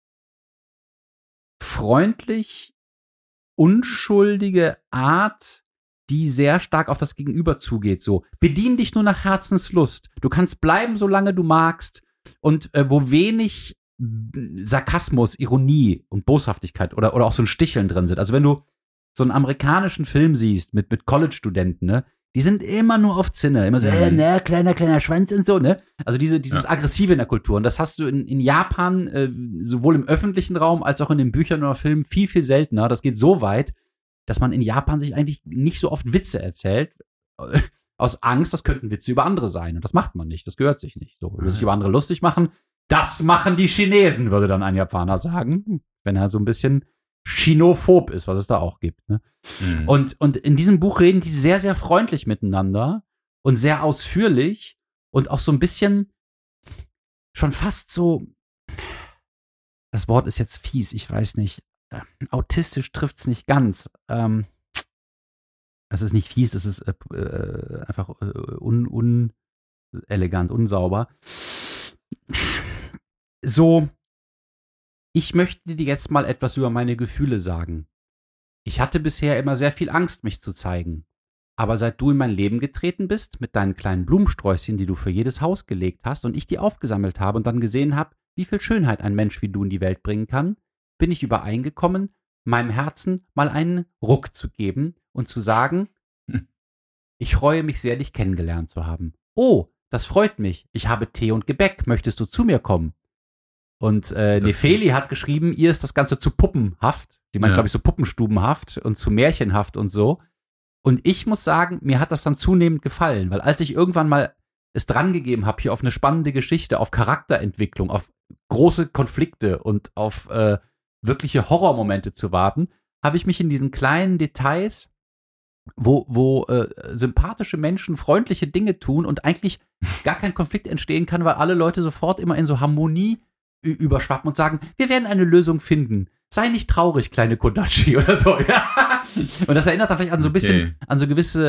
freundlich unschuldige Art, die sehr stark auf das Gegenüber zugeht. So, bedien dich nur nach Herzenslust. Du kannst bleiben, solange du magst. Und äh, wo wenig Sarkasmus, Ironie und Boshaftigkeit oder, oder auch so ein Sticheln drin sind. Also wenn du so einen amerikanischen Film siehst mit, mit College-Studenten, ne, die sind immer nur auf Zinne. Immer so, äh, ne, kleiner, kleiner Schwanz und so, ne? Also diese, dieses ja. Aggressive in der Kultur. Und das hast du in, in Japan, äh, sowohl im öffentlichen Raum als auch in den Büchern oder Filmen viel, viel seltener. Das geht so weit, dass man in Japan sich eigentlich nicht so oft Witze erzählt. Äh, aus Angst, das könnten Witze über andere sein. Und das macht man nicht. Das gehört sich nicht. So, will sich über andere lustig machen. Das machen die Chinesen, würde dann ein Japaner sagen. Wenn er so ein bisschen chinophob ist, was es da auch gibt. Ne? Mhm. Und, und in diesem Buch reden die sehr, sehr freundlich miteinander und sehr ausführlich und auch so ein bisschen schon fast so, das Wort ist jetzt fies, ich weiß nicht, äh, autistisch trifft es nicht ganz. Ähm, es ist nicht fies, es ist äh, äh, einfach äh, un, unelegant, unsauber. So, ich möchte dir jetzt mal etwas über meine Gefühle sagen. Ich hatte bisher immer sehr viel Angst, mich zu zeigen. Aber seit du in mein Leben getreten bist, mit deinen kleinen Blumensträußchen, die du für jedes Haus gelegt hast und ich die aufgesammelt habe und dann gesehen habe, wie viel Schönheit ein Mensch wie du in die Welt bringen kann, bin ich übereingekommen, meinem Herzen mal einen Ruck zu geben und zu sagen, hm. ich freue mich sehr, dich kennengelernt zu haben. Oh, das freut mich. Ich habe Tee und Gebäck. Möchtest du zu mir kommen? Und äh, Nefeli hat geschrieben, ihr ist das Ganze zu puppenhaft. Die meint, ja. glaube ich, so puppenstubenhaft und zu märchenhaft und so. Und ich muss sagen, mir hat das dann zunehmend gefallen, weil als ich irgendwann mal es dran gegeben habe, hier auf eine spannende Geschichte, auf Charakterentwicklung, auf große Konflikte und auf äh, wirkliche Horrormomente zu warten, habe ich mich in diesen kleinen Details, wo, wo äh, sympathische Menschen freundliche Dinge tun und eigentlich gar kein Konflikt entstehen kann, weil alle Leute sofort immer in so Harmonie überschwappen und sagen, wir werden eine Lösung finden. Sei nicht traurig, kleine Kodachi oder so. Ja. Und das erinnert dann vielleicht an so ein bisschen, okay. an so gewisse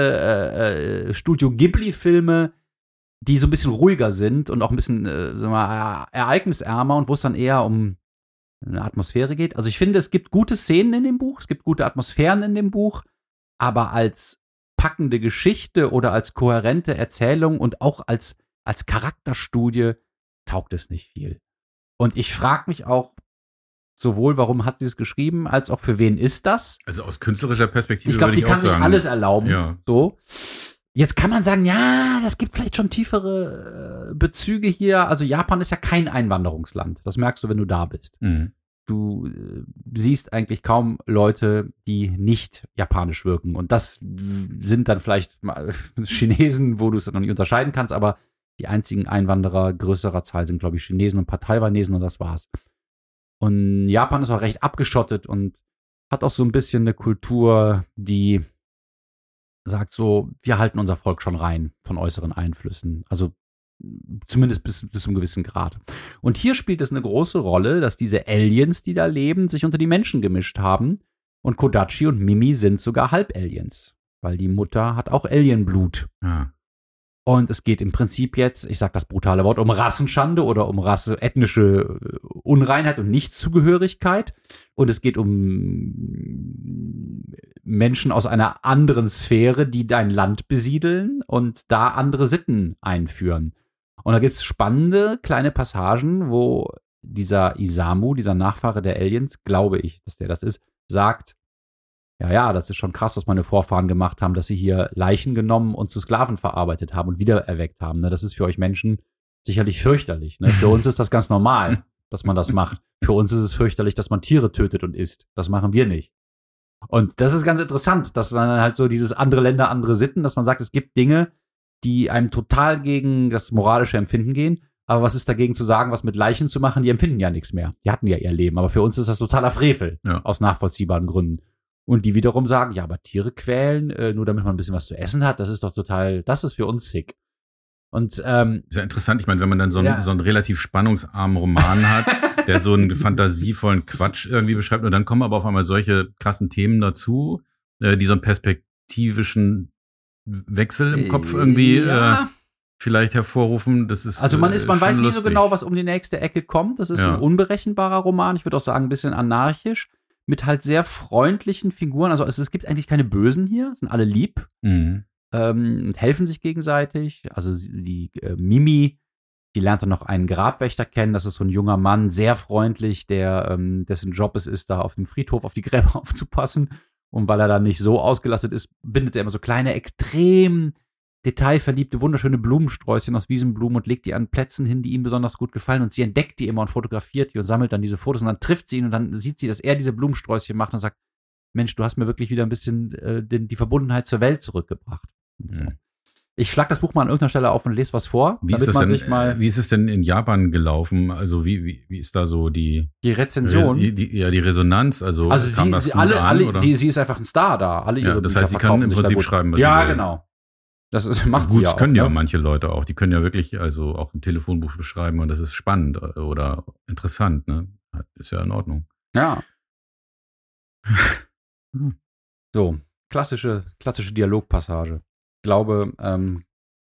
äh, Studio Ghibli-Filme, die so ein bisschen ruhiger sind und auch ein bisschen äh, sagen wir mal, ereignisärmer und wo es dann eher um eine Atmosphäre geht. Also ich finde, es gibt gute Szenen in dem Buch, es gibt gute Atmosphären in dem Buch, aber als packende Geschichte oder als kohärente Erzählung und auch als, als Charakterstudie taugt es nicht viel. Und ich frage mich auch sowohl, warum hat sie es geschrieben, als auch für wen ist das? Also aus künstlerischer Perspektive ich glaube, würde ich die kann auch sich sagen, alles erlauben. Ja. So. Jetzt kann man sagen, ja, das gibt vielleicht schon tiefere äh, Bezüge hier. Also Japan ist ja kein Einwanderungsland. Das merkst du, wenn du da bist. Mhm. Du äh, siehst eigentlich kaum Leute, die nicht japanisch wirken. Und das sind dann vielleicht mal Chinesen, wo du es noch nicht unterscheiden kannst, aber die einzigen Einwanderer größerer Zahl sind, glaube ich, Chinesen und ein paar Taiwanesen und das war's. Und Japan ist auch recht abgeschottet und hat auch so ein bisschen eine Kultur, die sagt so, wir halten unser Volk schon rein von äußeren Einflüssen. Also zumindest bis, bis zu einem gewissen Grad. Und hier spielt es eine große Rolle, dass diese Aliens, die da leben, sich unter die Menschen gemischt haben. Und Kodachi und Mimi sind sogar Halb-Aliens. Weil die Mutter hat auch Alienblut. Ja. Und es geht im Prinzip jetzt, ich sag das brutale Wort, um Rassenschande oder um Rasse, ethnische Unreinheit und Nichtzugehörigkeit. Und es geht um Menschen aus einer anderen Sphäre, die dein Land besiedeln und da andere Sitten einführen. Und da gibt es spannende kleine Passagen, wo dieser Isamu, dieser Nachfahre der Aliens, glaube ich, dass der das ist, sagt, ja, ja, das ist schon krass, was meine Vorfahren gemacht haben, dass sie hier Leichen genommen und zu Sklaven verarbeitet haben und wiedererweckt haben. Ne? Das ist für euch Menschen sicherlich fürchterlich. Ne? Für uns ist das ganz normal, dass man das macht. Für uns ist es fürchterlich, dass man Tiere tötet und isst. Das machen wir nicht. Und das ist ganz interessant, dass man halt so dieses andere Länder, andere Sitten, dass man sagt, es gibt Dinge, die einem total gegen das moralische Empfinden gehen. Aber was ist dagegen zu sagen, was mit Leichen zu machen? Die empfinden ja nichts mehr. Die hatten ja ihr Leben. Aber für uns ist das totaler Frevel, ja, aus nachvollziehbaren Gründen. Und die wiederum sagen, ja, aber Tiere quälen, äh, nur damit man ein bisschen was zu essen hat, das ist doch total, das ist für uns sick. Und ähm, sehr interessant, ich meine, wenn man dann so einen, ja. so einen relativ spannungsarmen Roman hat, der so einen fantasievollen Quatsch irgendwie beschreibt, und dann kommen aber auf einmal solche krassen Themen dazu, äh, die so einen perspektivischen Wechsel im Kopf irgendwie ja. äh, vielleicht hervorrufen. Das ist also man ist, man äh, weiß nie lustig. so genau, was um die nächste Ecke kommt. Das ist ja. ein unberechenbarer Roman. Ich würde auch sagen, ein bisschen anarchisch. Mit halt sehr freundlichen Figuren. Also es, es gibt eigentlich keine Bösen hier, sind alle lieb mhm. ähm, und helfen sich gegenseitig. Also die äh, Mimi, die lernt dann noch einen Grabwächter kennen. Das ist so ein junger Mann, sehr freundlich, der ähm, dessen Job es ist, da auf dem Friedhof auf die Gräber aufzupassen. Und weil er dann nicht so ausgelastet ist, bindet er immer so kleine, extrem detailverliebte, wunderschöne Blumensträußchen aus Wiesenblumen und legt die an Plätzen hin, die ihm besonders gut gefallen. Und sie entdeckt die immer und fotografiert die und sammelt dann diese Fotos. Und dann trifft sie ihn und dann sieht sie, dass er diese Blumensträußchen macht und sagt, Mensch, du hast mir wirklich wieder ein bisschen äh, den, die Verbundenheit zur Welt zurückgebracht. Mhm. Ich schlag das Buch mal an irgendeiner Stelle auf und lese was vor. Wie ist, das man denn, sich mal wie ist es denn in Japan gelaufen? Also wie, wie, wie ist da so die Die Rezension? Res, die, ja, die Resonanz. Also, also sie, sie, alle, an, alle, sie, sie ist einfach ein Star da. Alle ihre ja, das heißt, sie kann im Prinzip schreiben, was ja, sie will. Genau. Das ist, macht Gut, sie ja das können auch, ja ne? manche Leute auch. Die können ja wirklich also auch ein Telefonbuch beschreiben und das ist spannend oder interessant. Ne? Ist ja in Ordnung. Ja. So, klassische, klassische Dialogpassage. Ich glaube, ähm,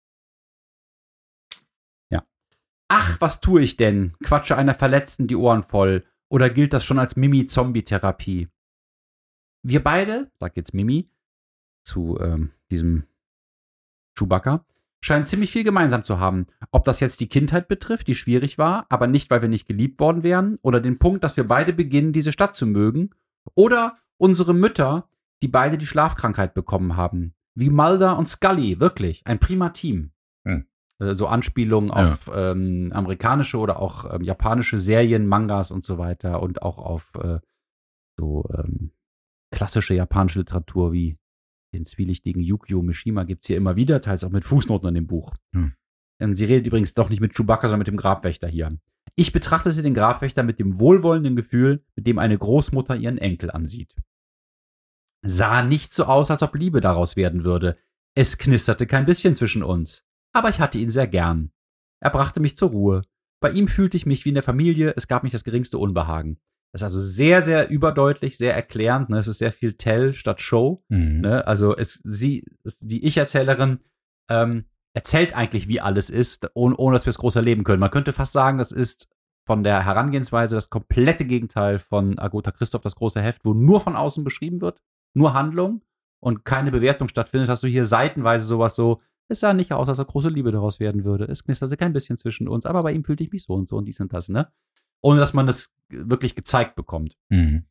ja. Ach, was tue ich denn? Quatsche einer Verletzten die Ohren voll. Oder gilt das schon als Mimi-Zombie-Therapie? Wir beide, sagt jetzt Mimi, zu ähm, diesem Chewbacca, scheinen ziemlich viel gemeinsam zu haben. Ob das jetzt die Kindheit betrifft, die schwierig war, aber nicht, weil wir nicht geliebt worden wären, oder den Punkt, dass wir beide beginnen, diese Stadt zu mögen, oder unsere Mütter, die beide die Schlafkrankheit bekommen haben. Wie Mulder und Scully, wirklich, ein prima Team. Hm. Äh, so Anspielungen ja. auf ähm, amerikanische oder auch ähm, japanische Serien, Mangas und so weiter und auch auf äh, so ähm, klassische japanische Literatur wie den zwielichtigen Yukio Mishima gibt es hier immer wieder, teils auch mit Fußnoten in dem Buch. Hm. Sie redet übrigens doch nicht mit Chewbacca, sondern mit dem Grabwächter hier. Ich betrachtete den Grabwächter mit dem wohlwollenden Gefühl, mit dem eine Großmutter ihren Enkel ansieht. Sah nicht so aus, als ob Liebe daraus werden würde. Es knisterte kein bisschen zwischen uns. Aber ich hatte ihn sehr gern. Er brachte mich zur Ruhe. Bei ihm fühlte ich mich wie in der Familie, es gab nicht das geringste Unbehagen. Das ist also sehr, sehr überdeutlich, sehr erklärend. Ne? Es ist sehr viel Tell statt Show. Mhm. Ne? Also es, sie, die Ich-Erzählerin ähm, erzählt eigentlich, wie alles ist, ohne, ohne dass wir es groß erleben können. Man könnte fast sagen, das ist von der Herangehensweise das komplette Gegenteil von Agatha Christoph, das große Heft, wo nur von außen beschrieben wird, nur Handlung und keine Bewertung stattfindet. Hast du hier seitenweise sowas so, es sah nicht aus, als ob große Liebe daraus werden würde. Es knisterte kein bisschen zwischen uns, aber bei ihm fühlte ich mich so und so und dies und das, ne? Ohne dass man das wirklich gezeigt bekommt. Mhm.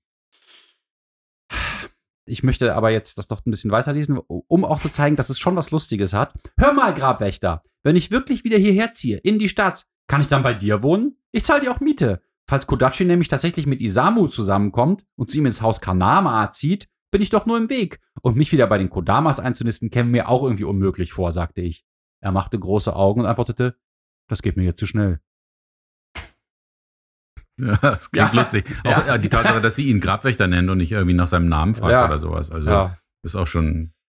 Ich möchte aber jetzt das doch ein bisschen weiterlesen, um auch zu zeigen, dass es schon was Lustiges hat. Hör mal, Grabwächter, wenn ich wirklich wieder hierher ziehe, in die Stadt, kann ich dann bei dir wohnen? Ich zahle dir auch Miete. Falls Kodachi nämlich tatsächlich mit Isamu zusammenkommt und zu ihm ins Haus Kanama zieht, bin ich doch nur im Weg. Und mich wieder bei den Kodamas einzunisten, käme mir auch irgendwie unmöglich vor, sagte ich. Er machte große Augen und antwortete, das geht mir jetzt zu schnell. Ja, das klingt ja. lustig. Auch ja. die Tatsache, dass sie ihn Grabwächter nennt und nicht irgendwie nach seinem Namen fragt ja. oder sowas. Also ja. ist auch schon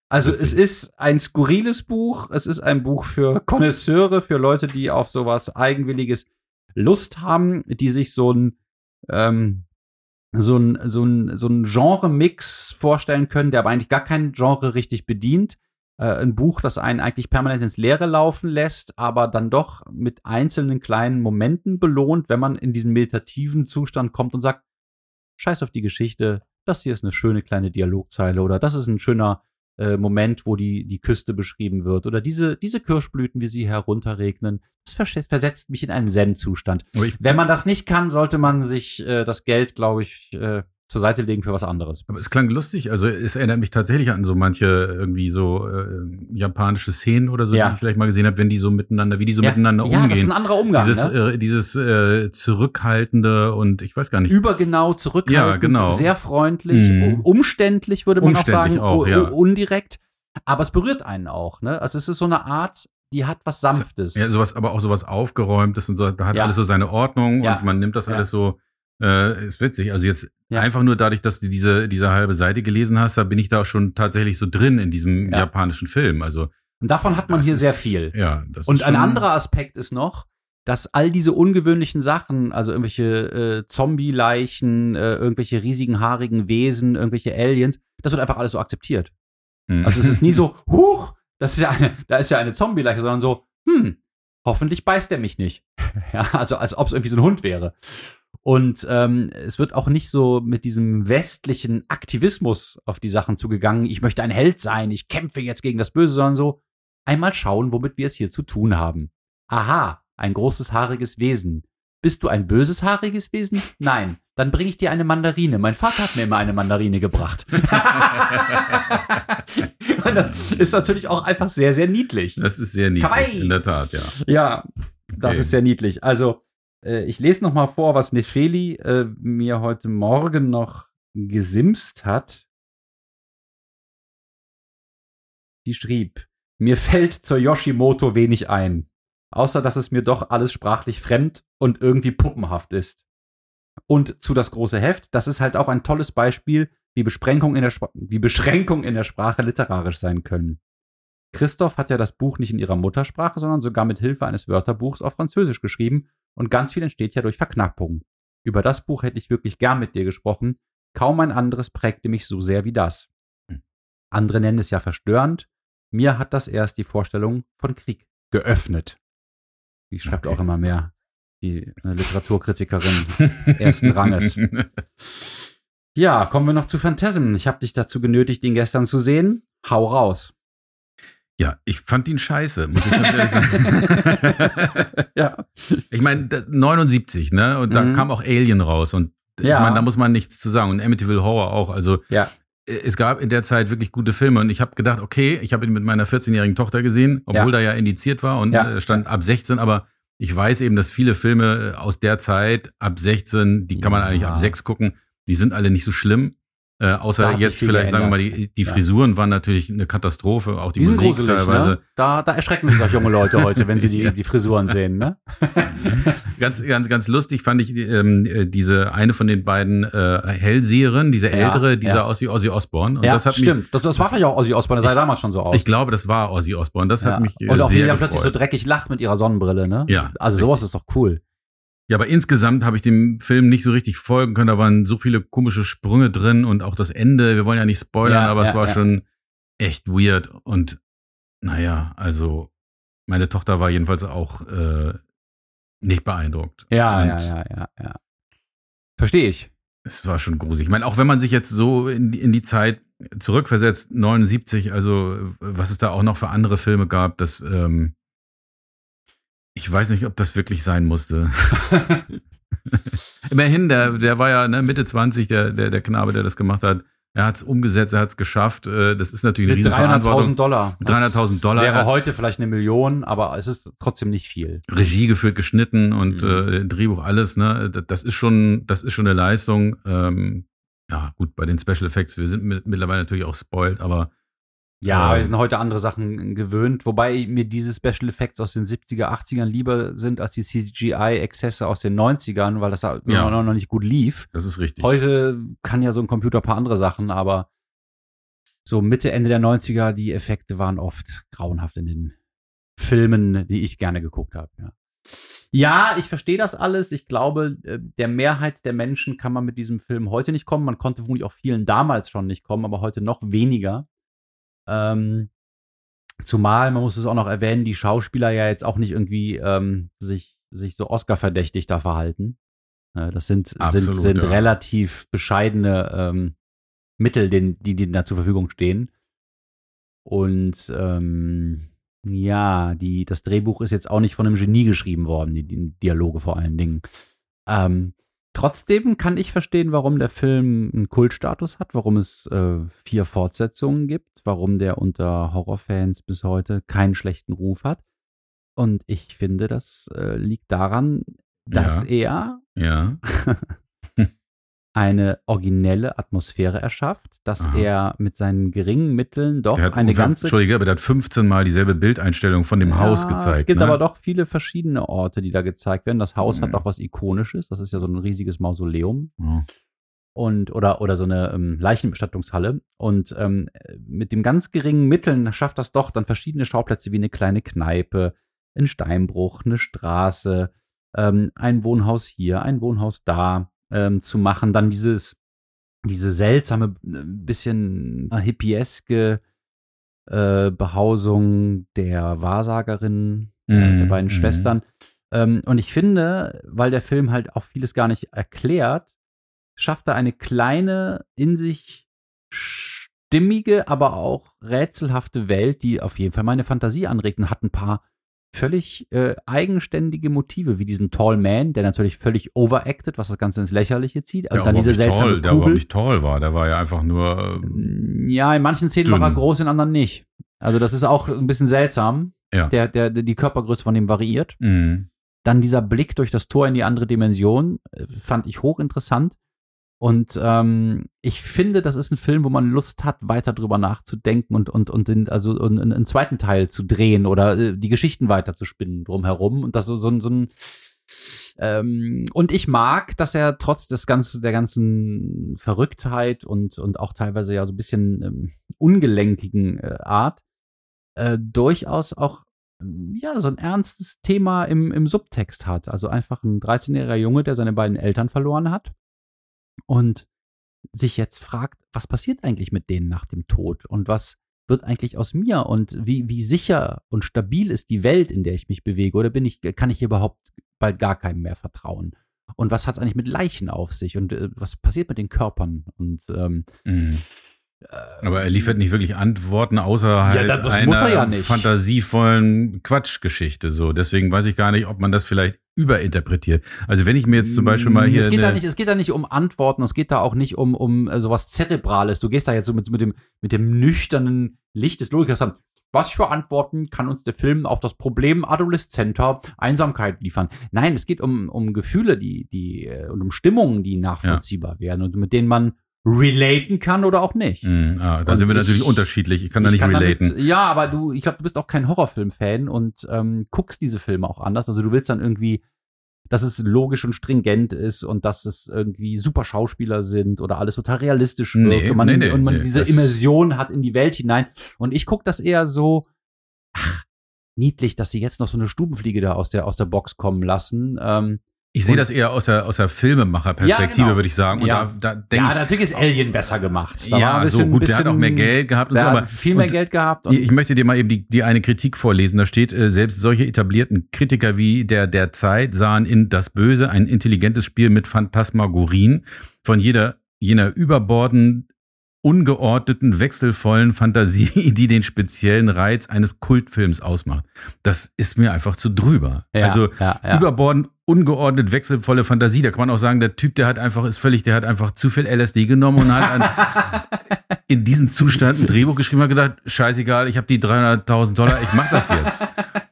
Also es ist ein skurriles Buch, es ist ein Buch für Konnoisseure, für Leute, die auf sowas Eigenwilliges Lust haben, die sich so ein ähm, so ein, so ein, so ein Genre-Mix vorstellen können, der aber eigentlich gar kein Genre richtig bedient. Äh, ein Buch, das einen eigentlich permanent ins Leere laufen lässt, aber dann doch mit einzelnen kleinen Momenten belohnt, wenn man in diesen meditativen Zustand kommt und sagt, scheiß auf die Geschichte, das hier ist eine schöne kleine Dialogzeile oder das ist ein schöner äh, Moment, wo die, die Küste beschrieben wird oder diese, diese Kirschblüten, wie sie herunterregnen, das vers- versetzt mich in einen Zen-Zustand. Wenn man das nicht kann, sollte man sich äh, das Geld, glaube ich, äh, zur Seite legen für was anderes. Aber es klang lustig, also es erinnert mich tatsächlich an so manche irgendwie so äh, japanische Szenen oder so, ja. die ich vielleicht mal gesehen habe, wenn die so miteinander, wie die so ja. miteinander ja, umgehen. Ja, das ist ein anderer Umgang, Dieses, ne? äh, dieses äh, zurückhaltende und ich weiß gar nicht. Übergenau, zurückhaltend, ja, genau. sehr freundlich, mhm. umständlich würde man umständlich auch sagen, auch, ja. undirekt, aber es berührt einen auch, ne? Also es ist so eine Art, die hat was Sanftes. Ja, sowas, aber auch sowas Aufgeräumtes und so, da hat ja. alles so seine Ordnung ja. und man nimmt das ja. alles so. Äh, ist witzig. Also jetzt ja. einfach nur dadurch, dass du diese, diese halbe Seite gelesen hast, da bin ich da auch schon tatsächlich so drin in diesem ja. japanischen Film. Also und davon hat man hier ist, sehr viel. Ja, das und ist ein anderer Aspekt ist noch, dass all diese ungewöhnlichen Sachen, also irgendwelche äh, Zombie-Leichen, äh, irgendwelche riesigen, haarigen Wesen, irgendwelche Aliens, das wird einfach alles so akzeptiert. Mhm. Also es ist nie so, huch, das ist ja eine, da ist ja eine Zombie-Leiche, sondern so, hm, hoffentlich beißt der mich nicht. Ja, also als ob es irgendwie so ein Hund wäre. Und ähm, es wird auch nicht so mit diesem westlichen Aktivismus auf die Sachen zugegangen, ich möchte ein Held sein, ich kämpfe jetzt gegen das Böse, sondern so, einmal schauen, womit wir es hier zu tun haben. Aha, ein großes, haariges Wesen. Bist du ein böses, haariges Wesen? Nein, dann bringe ich dir eine Mandarine. Mein Vater hat mir immer eine Mandarine gebracht. Und das ist natürlich auch einfach sehr, sehr niedlich. Das ist sehr niedlich, Kawaii. In der Tat, ja. Ja, das okay. ist sehr niedlich. Also, ich lese noch mal vor, was Nefeli äh, mir heute Morgen noch gesimst hat. Sie schrieb, mir fällt zur Yoshimoto wenig ein, außer dass es mir doch alles sprachlich fremd und irgendwie puppenhaft ist. Und zu das große Heft, das ist halt auch ein tolles Beispiel, wie Beschränkungen in der, Sp- wie Beschränkungen in der Sprache literarisch sein können. Christoph hat ja das Buch nicht in ihrer Muttersprache, sondern sogar mit Hilfe eines Wörterbuchs auf Französisch geschrieben und ganz viel entsteht ja durch Verknappungen. Über das Buch hätte ich wirklich gern mit dir gesprochen. Kaum ein anderes prägte mich so sehr wie das. Hm. Andere nennen es ja verstörend. Mir hat das erst die Vorstellung von Krieg geöffnet. Die schreibt okay. auch immer mehr. Die eine Literaturkritikerin ersten Ranges. Ja, kommen wir noch zu Phantasm. Ich habe dich dazu genötigt, ihn gestern zu sehen. Hau raus. Ja, ich fand ihn scheiße, muss ich ganz ehrlich sagen. Ja. Ich meine, neunundsiebzig, ne? Und da mhm. kam auch Alien raus. Und ja. ich meine, da muss man nichts zu sagen. Und Amityville Horror auch. Also ja. es gab in der Zeit wirklich gute Filme. Und ich habe gedacht, okay, ich habe ihn mit meiner vierzehnjährigen Tochter gesehen, obwohl ja. da ja indiziert war und ja. stand ab sechzehn. Aber ich weiß eben, dass viele Filme aus der Zeit ab sechzehn, die kann man ja. eigentlich ab sechs gucken, die sind alle nicht so schlimm. Äh, außer jetzt vielleicht, sagen wir mal, die, die Frisuren ja. waren natürlich eine Katastrophe, auch die, die Musik gruselig, teilweise. Ne? Da, da erschrecken sich auch junge Leute heute, wenn sie die, die Frisuren sehen, ne? ganz, ganz, ganz lustig fand ich ähm, diese eine von den beiden äh, Hellseherinnen, diese ältere, ja, die sah ja. aus wie Ozzy Osbourne. Und ja, das hat stimmt. Mich, das, das war vielleicht auch Ozzy Osbourne, das sah damals schon so aus. Ich glaube, das war Ozzy Osbourne. Das ja. hat mich äh, Und auch sehr wie er gefreut. plötzlich so dreckig lacht mit ihrer Sonnenbrille, ne? Ja. Also sowas richtig. Ist doch cool. Ja, aber insgesamt habe ich dem Film nicht so richtig folgen können. Da waren so viele komische Sprünge drin und auch das Ende. Wir wollen ja nicht spoilern, ja, aber ja, es war ja. schon echt weird. Und naja, also meine Tochter war jedenfalls auch äh, nicht beeindruckt. Ja, und ja, ja, ja, ja. Verstehe ich. Es war schon gruselig. Ich meine, auch wenn man sich jetzt so in die, in die Zeit zurückversetzt, neunundsiebzig, also was es da auch noch für andere Filme gab, das ähm, ich weiß nicht, ob das wirklich sein musste. Immerhin, der, der war ja ne, Mitte zwanzig, der, der, der Knabe, der das gemacht hat. Er hat es umgesetzt, er hat es geschafft. Das ist natürlich eine Riesenverantwortung. dreihunderttausend Dollar. Mit dreihunderttausend Dollar. Wäre heute vielleicht eine Million, aber es ist trotzdem nicht viel. Regie geführt, geschnitten und mhm. äh, Drehbuch, alles. Ne, das ist schon, das ist schon eine Leistung. Ähm, ja, gut, bei den Special Effects, wir sind mit, mittlerweile natürlich auch spoiled, aber ja, wir sind heute andere Sachen gewöhnt, wobei mir diese Special Effects aus den siebziger, achtzigern lieber sind als die C G I-Exzesse aus den neunzigern, weil das ja. noch, noch nicht gut lief. Das ist richtig. Heute kann ja so ein Computer ein paar andere Sachen, aber so Mitte, Ende der neunziger, die Effekte waren oft grauenhaft in den Filmen, die ich gerne geguckt habe. Ja, ja ich verstehe das alles. Ich glaube, der Mehrheit der Menschen kann man mit diesem Film heute nicht kommen. Man konnte vermutlich auch vielen damals schon nicht kommen, aber heute noch weniger. Ähm, zumal, man muss es auch noch erwähnen, die Schauspieler ja jetzt auch nicht irgendwie ähm, sich, sich so Oscar-verdächtig da verhalten. Äh, das sind, Absolut, sind, sind ja. relativ bescheidene ähm, Mittel, den, die denen da zur Verfügung stehen. Und ähm, ja, die, das Drehbuch ist jetzt auch nicht von einem Genie geschrieben worden, die, die Dialoge vor allen Dingen. Ähm, trotzdem kann ich verstehen, warum der Film einen Kultstatus hat, warum es äh, vier Fortsetzungen gibt, warum der unter Horrorfans bis heute keinen schlechten Ruf hat. Und ich finde, das äh, liegt daran, dass ja. er ja. eine originelle Atmosphäre erschafft, dass Aha. er mit seinen geringen Mitteln doch eine ungefähr, ganze... Entschuldige, aber der hat fünfzehn Mal dieselbe Bildeinstellung von dem ja, Haus gezeigt. Es gibt ne? aber doch viele verschiedene Orte, die da gezeigt werden. Das Haus mhm. hat auch was Ikonisches. Das ist ja so ein riesiges Mausoleum. Mhm. Und, oder, oder so eine ähm, Leichenbestattungshalle. Und ähm, mit den ganz geringen Mitteln schafft das doch dann verschiedene Schauplätze wie eine kleine Kneipe, ein Steinbruch, eine Straße, ähm, ein Wohnhaus hier, ein Wohnhaus da. Ähm, zu machen, dann dieses, diese seltsame, bisschen hippieske äh, Behausung der Wahrsagerin, mm, äh, der beiden mm. Schwestern. Ähm, und ich finde, weil der Film halt auch vieles gar nicht erklärt, schafft er eine kleine, in sich stimmige, aber auch rätselhafte Welt, die auf jeden Fall meine Fantasie anregt und hat ein paar völlig äh, eigenständige Motive, wie diesen Tall Man, der natürlich völlig overacted, was das Ganze ins Lächerliche zieht. Und der dann diese seltsame tall, Kugel. Der überhaupt nicht tall war, der war ja einfach nur ähm, Ja, in manchen Szenen dünn. War er groß, in anderen nicht. Also das ist auch ein bisschen seltsam. Ja. Der, der, die Körpergröße von dem variiert. Mhm. Dann dieser Blick durch das Tor in die andere Dimension fand ich hochinteressant. Und ähm, ich finde, das ist ein Film, wo man Lust hat, weiter drüber nachzudenken und, und, und den, also und einen zweiten Teil zu drehen oder äh, die Geschichten weiter zu spinnen drumherum. Und das so, so, so ein ähm, und ich mag, dass er trotz des ganzen, der ganzen Verrücktheit und, und auch teilweise ja so ein bisschen ähm, ungelenkigen äh, Art äh, durchaus auch ja, so ein ernstes Thema im, im Subtext hat. Also einfach ein dreizehnjähriger Junge, der seine beiden Eltern verloren hat. Und sich jetzt fragt, was passiert eigentlich mit denen nach dem Tod und was wird eigentlich aus mir und wie, wie sicher und stabil ist die Welt, in der ich mich bewege, oder bin ich, kann ich hier überhaupt bald gar keinem mehr vertrauen? Und was hat es eigentlich mit Leichen auf sich und äh, was passiert mit den Körpern? Und ähm, mhm. Aber er liefert nicht wirklich Antworten, außer halt ja, das einer ja nicht. fantasievollen Quatschgeschichte. So, deswegen weiß ich gar nicht, ob man das vielleicht überinterpretiert. Also wenn ich mir jetzt zum Beispiel mal hier es geht da nicht, es geht da nicht um Antworten, es geht da auch nicht um um äh, sowas Zerebrales. Du gehst da jetzt so mit mit dem mit dem nüchternen Licht des Logikers an. Was für Antworten kann uns der Film auf das Problem Adoleszenter Einsamkeit liefern? Nein, es geht um um Gefühle, die die und um Stimmungen, die nachvollziehbar ja. werden und mit denen man relaten kann oder auch nicht. Mm, ah, da und sind wir ich, natürlich unterschiedlich. Ich kann da ich nicht kann relaten. Damit, ja, aber du, ich glaube, du bist auch kein Horrorfilm-Fan und ähm, guckst diese Filme auch anders. Also du willst dann irgendwie, dass es logisch und stringent ist und dass es irgendwie super Schauspieler sind oder alles total realistisch wirkt nee, und man, nee, nee, und man nee, diese Immersion hat in die Welt hinein. Und ich gucke das eher so, ach, niedlich, dass sie jetzt noch so eine Stubenfliege da aus der, aus der Box kommen lassen. Ähm, Ich sehe das eher aus der, aus der Filmemacher-Perspektive, ja, genau. würde ich sagen. Und ja. da, da denk ja, ich, natürlich ist Alien besser gemacht. Da ja, bisschen, so gut, bisschen, der hat auch mehr Geld gehabt und der so. Aber hat viel mehr Geld gehabt. Und ich möchte dir mal eben die, die eine Kritik vorlesen. Da steht, äh, selbst solche etablierten Kritiker wie der der Zeit sahen in Das Böse ein intelligentes Spiel mit Phantasmagorien von jeder, jener überbordend ungeordneten, wechselvollen Fantasie, die den speziellen Reiz eines Kultfilms ausmacht. Das ist mir einfach zu drüber. Ja, also ja, ja. überbordend, ungeordnet, wechselvolle Fantasie. Da kann man auch sagen, der Typ, der hat einfach, ist völlig, der hat einfach zu viel L S D genommen und hat an, in diesem Zustand ein Drehbuch geschrieben und gedacht, scheißegal, ich habe die dreihunderttausend Dollar, ich mach das jetzt.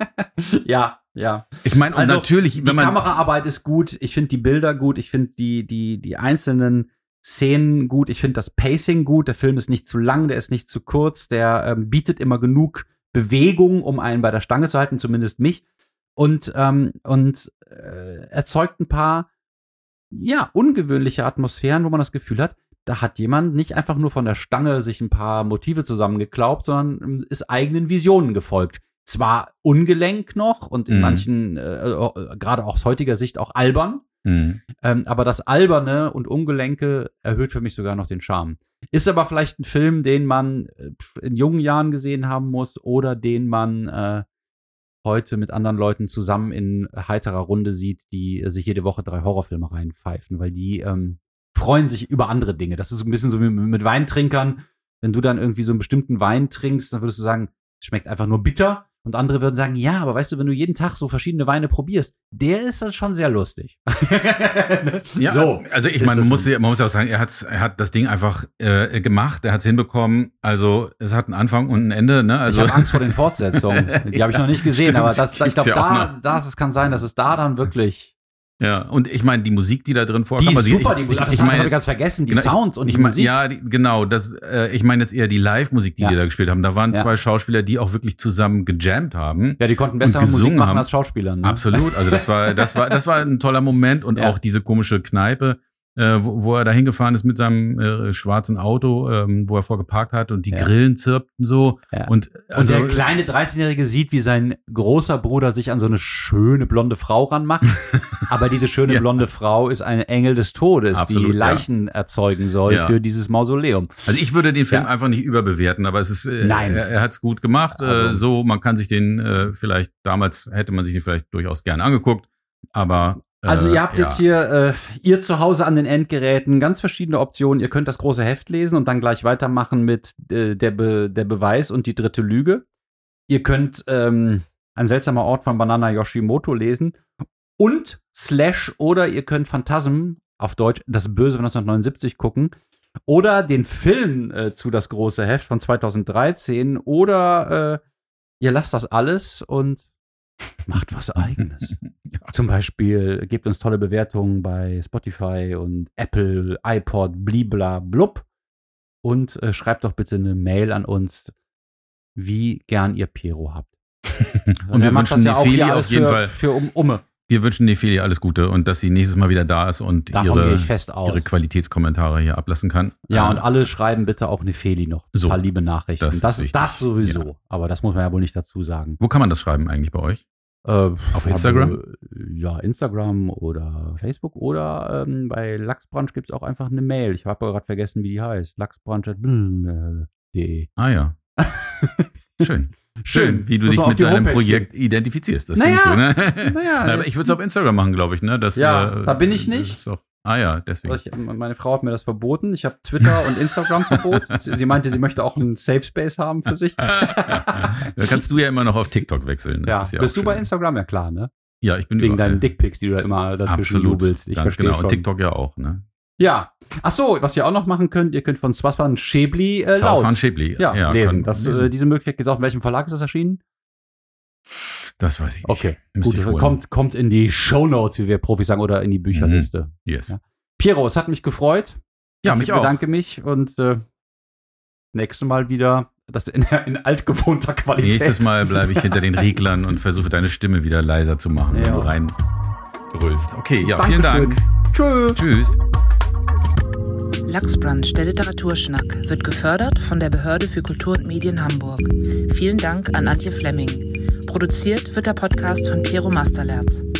Ja, ja. Ich meine, also, natürlich, die wenn man Kameraarbeit ist gut, ich finde die Bilder gut, ich finde die, die, die einzelnen Szenen gut, ich finde das Pacing gut, der Film ist nicht zu lang, der ist nicht zu kurz, der ähm, bietet immer genug Bewegung, um einen bei der Stange zu halten, zumindest mich, und, ähm, und äh, erzeugt ein paar, ja, ungewöhnliche Atmosphären, wo man das Gefühl hat, da hat jemand nicht einfach nur von der Stange sich ein paar Motive zusammengeklaubt, sondern ist eigenen Visionen gefolgt. Zwar ungelenk noch und in mhm. manchen, äh, gerade aus heutiger Sicht auch albern, mhm. ähm, aber das Alberne und Ungelenke erhöht für mich sogar noch den Charme. Ist aber vielleicht ein Film, den man in jungen Jahren gesehen haben muss oder den man äh, heute mit anderen Leuten zusammen in heiterer Runde sieht, die sich jede Woche drei Horrorfilme reinpfeifen, weil die ähm, freuen sich über andere Dinge. Das ist so ein bisschen so wie mit Weintrinkern. Wenn du dann irgendwie so einen bestimmten Wein trinkst, dann würdest du sagen, schmeckt einfach nur bitter. Und andere würden sagen, ja, aber weißt du, wenn du jeden Tag so verschiedene Weine probierst, der ist dann schon sehr lustig. Ja, so, also ich meine, man muss, man muss ja auch sagen, er, hat's, er hat das Ding einfach äh, gemacht, er hat es hinbekommen. Also es hat einen Anfang und ein Ende. Ne? Also ich habe Angst vor den Fortsetzungen. Die habe ich noch nicht gesehen, Stimmt, aber das, ich glaube, ja da, das, es kann sein, dass es da dann wirklich... Ja, und ich meine, die Musik, die da drin vorkommt. Die ist also super, ich, die Musik, ich, das ich mein habe ich ganz vergessen, die genau, Sounds und ich, die ich mein, Musik. Ja, die, genau, das, äh, ich meine jetzt eher die Live-Musik, die ja. die da gespielt haben. Da waren ja. zwei Schauspieler, die auch wirklich zusammen gejammt haben. Ja, die konnten besser Musik machen haben. als Schauspieler. Ne? Absolut, also das war, das war, das war ein toller Moment und ja. auch diese komische Kneipe, äh, wo, wo er da hingefahren ist mit seinem äh, schwarzen Auto, ähm, wo er vorgeparkt hat und die ja. Grillen zirpten so. Ja. Und, also, und der kleine dreizehnjährige sieht, wie sein großer Bruder sich an so eine schöne blonde Frau ranmacht. Aber diese schöne ja. blonde Frau ist ein Engel des Todes, Absolut, die Leichen ja. erzeugen soll ja. für dieses Mausoleum. Also ich würde den Film ja. einfach nicht überbewerten, aber es ist, äh, Nein. er, er hat es gut gemacht. Also, äh, so, man kann sich den äh, vielleicht, damals hätte man sich den vielleicht durchaus gerne angeguckt, aber Also ihr habt ja. jetzt hier, äh, ihr zu Hause an den Endgeräten, ganz verschiedene Optionen. Ihr könnt das große Heft lesen und dann gleich weitermachen mit äh, der, Be- der Beweis und die dritte Lüge. Ihr könnt ähm, Ein seltsamer Ort von Banana Yoshimoto lesen und Slash oder ihr könnt Phantasm, auf Deutsch Das Böse von neunzehnhundertneunundsiebzig gucken oder den Film äh, zu Das große Heft von zweitausenddreizehn oder äh, ihr lasst das alles und macht was Eigenes. Ja. Zum Beispiel gebt uns tolle Bewertungen bei Spotify und Apple, iPod, blibla, blub. Und äh, schreibt doch bitte eine Mail an uns, wie gern ihr Piero habt. und, und wir wünschen ja Nefeli auf jeden für, Fall für um, Umme. Wir wünschen Nefeli alles Gute und dass sie nächstes Mal wieder da ist und Davon ihre, gehe ich fest aus. ihre Qualitätskommentare hier ablassen kann. Ja, äh, und alle schreiben bitte auch Nefeli noch ein so, paar liebe Nachrichten. Das, das, ist das sowieso. Ja. Aber das muss man ja wohl nicht dazu sagen. Wo kann man das schreiben eigentlich bei euch? Äh, Auf Instagram? Habe, ja, Instagram oder Facebook oder ähm, bei Lachsbrunch gibt es auch einfach eine Mail. Ich habe gerade vergessen, wie die heißt. lachsbrunch punkt de. Ah ja. Schön. Schön, wie du dich mit deinem Homepage Projekt gehen. identifizierst. Das naja, du, ne? naja, Na, aber ich würde es auf Instagram machen, glaube ich. Ne? Das, ja, äh, da bin ich nicht. Ist doch, ah ja, deswegen. Ich, meine Frau hat mir das verboten. Ich habe Twitter und Instagram verboten. Sie meinte, sie möchte auch einen Safe Space haben für sich. Da kannst du ja immer noch auf TikTok wechseln. Das ja, ist ja bist du schön. bei Instagram? Ja klar, ne? Ja, ich bin Wegen überall. deinen Dickpics, die du da immer dazwischen Absolut. jubelst. Ich Ganz verstehe genau. schon. Und TikTok ja auch, ne? Ja. Ach so, was ihr auch noch machen könnt, ihr könnt von Swaspan Schäbli äh, laut Swaspan Schäbli. ja, ja, lesen. Das, lesen. Äh, diese Möglichkeit gibt es auch. In welchem Verlag ist das erschienen? Das weiß ich nicht. Okay, gut, kommt, kommt in die Shownotes, wie wir Profis sagen, oder in die Bücherliste. Mhm. Yes. Ja. Piero, es hat mich gefreut. Ja, ich mich auch. Ich bedanke mich und äh, nächstes Mal wieder das in, in altgewohnter Qualität. Nächstes Mal bleibe ich hinter den Reglern und versuche deine Stimme wieder leiser zu machen, ja. wenn du rein brüllst. Okay, ja, Dankeschön. Vielen Dank. Tschö. Tschüss. Lachsbrunch, der Literaturschnack, wird gefördert von der Behörde für Kultur und Medien Hamburg. Vielen Dank an Antje Flemming. Produziert wird der Podcast von Piero Masterlerz.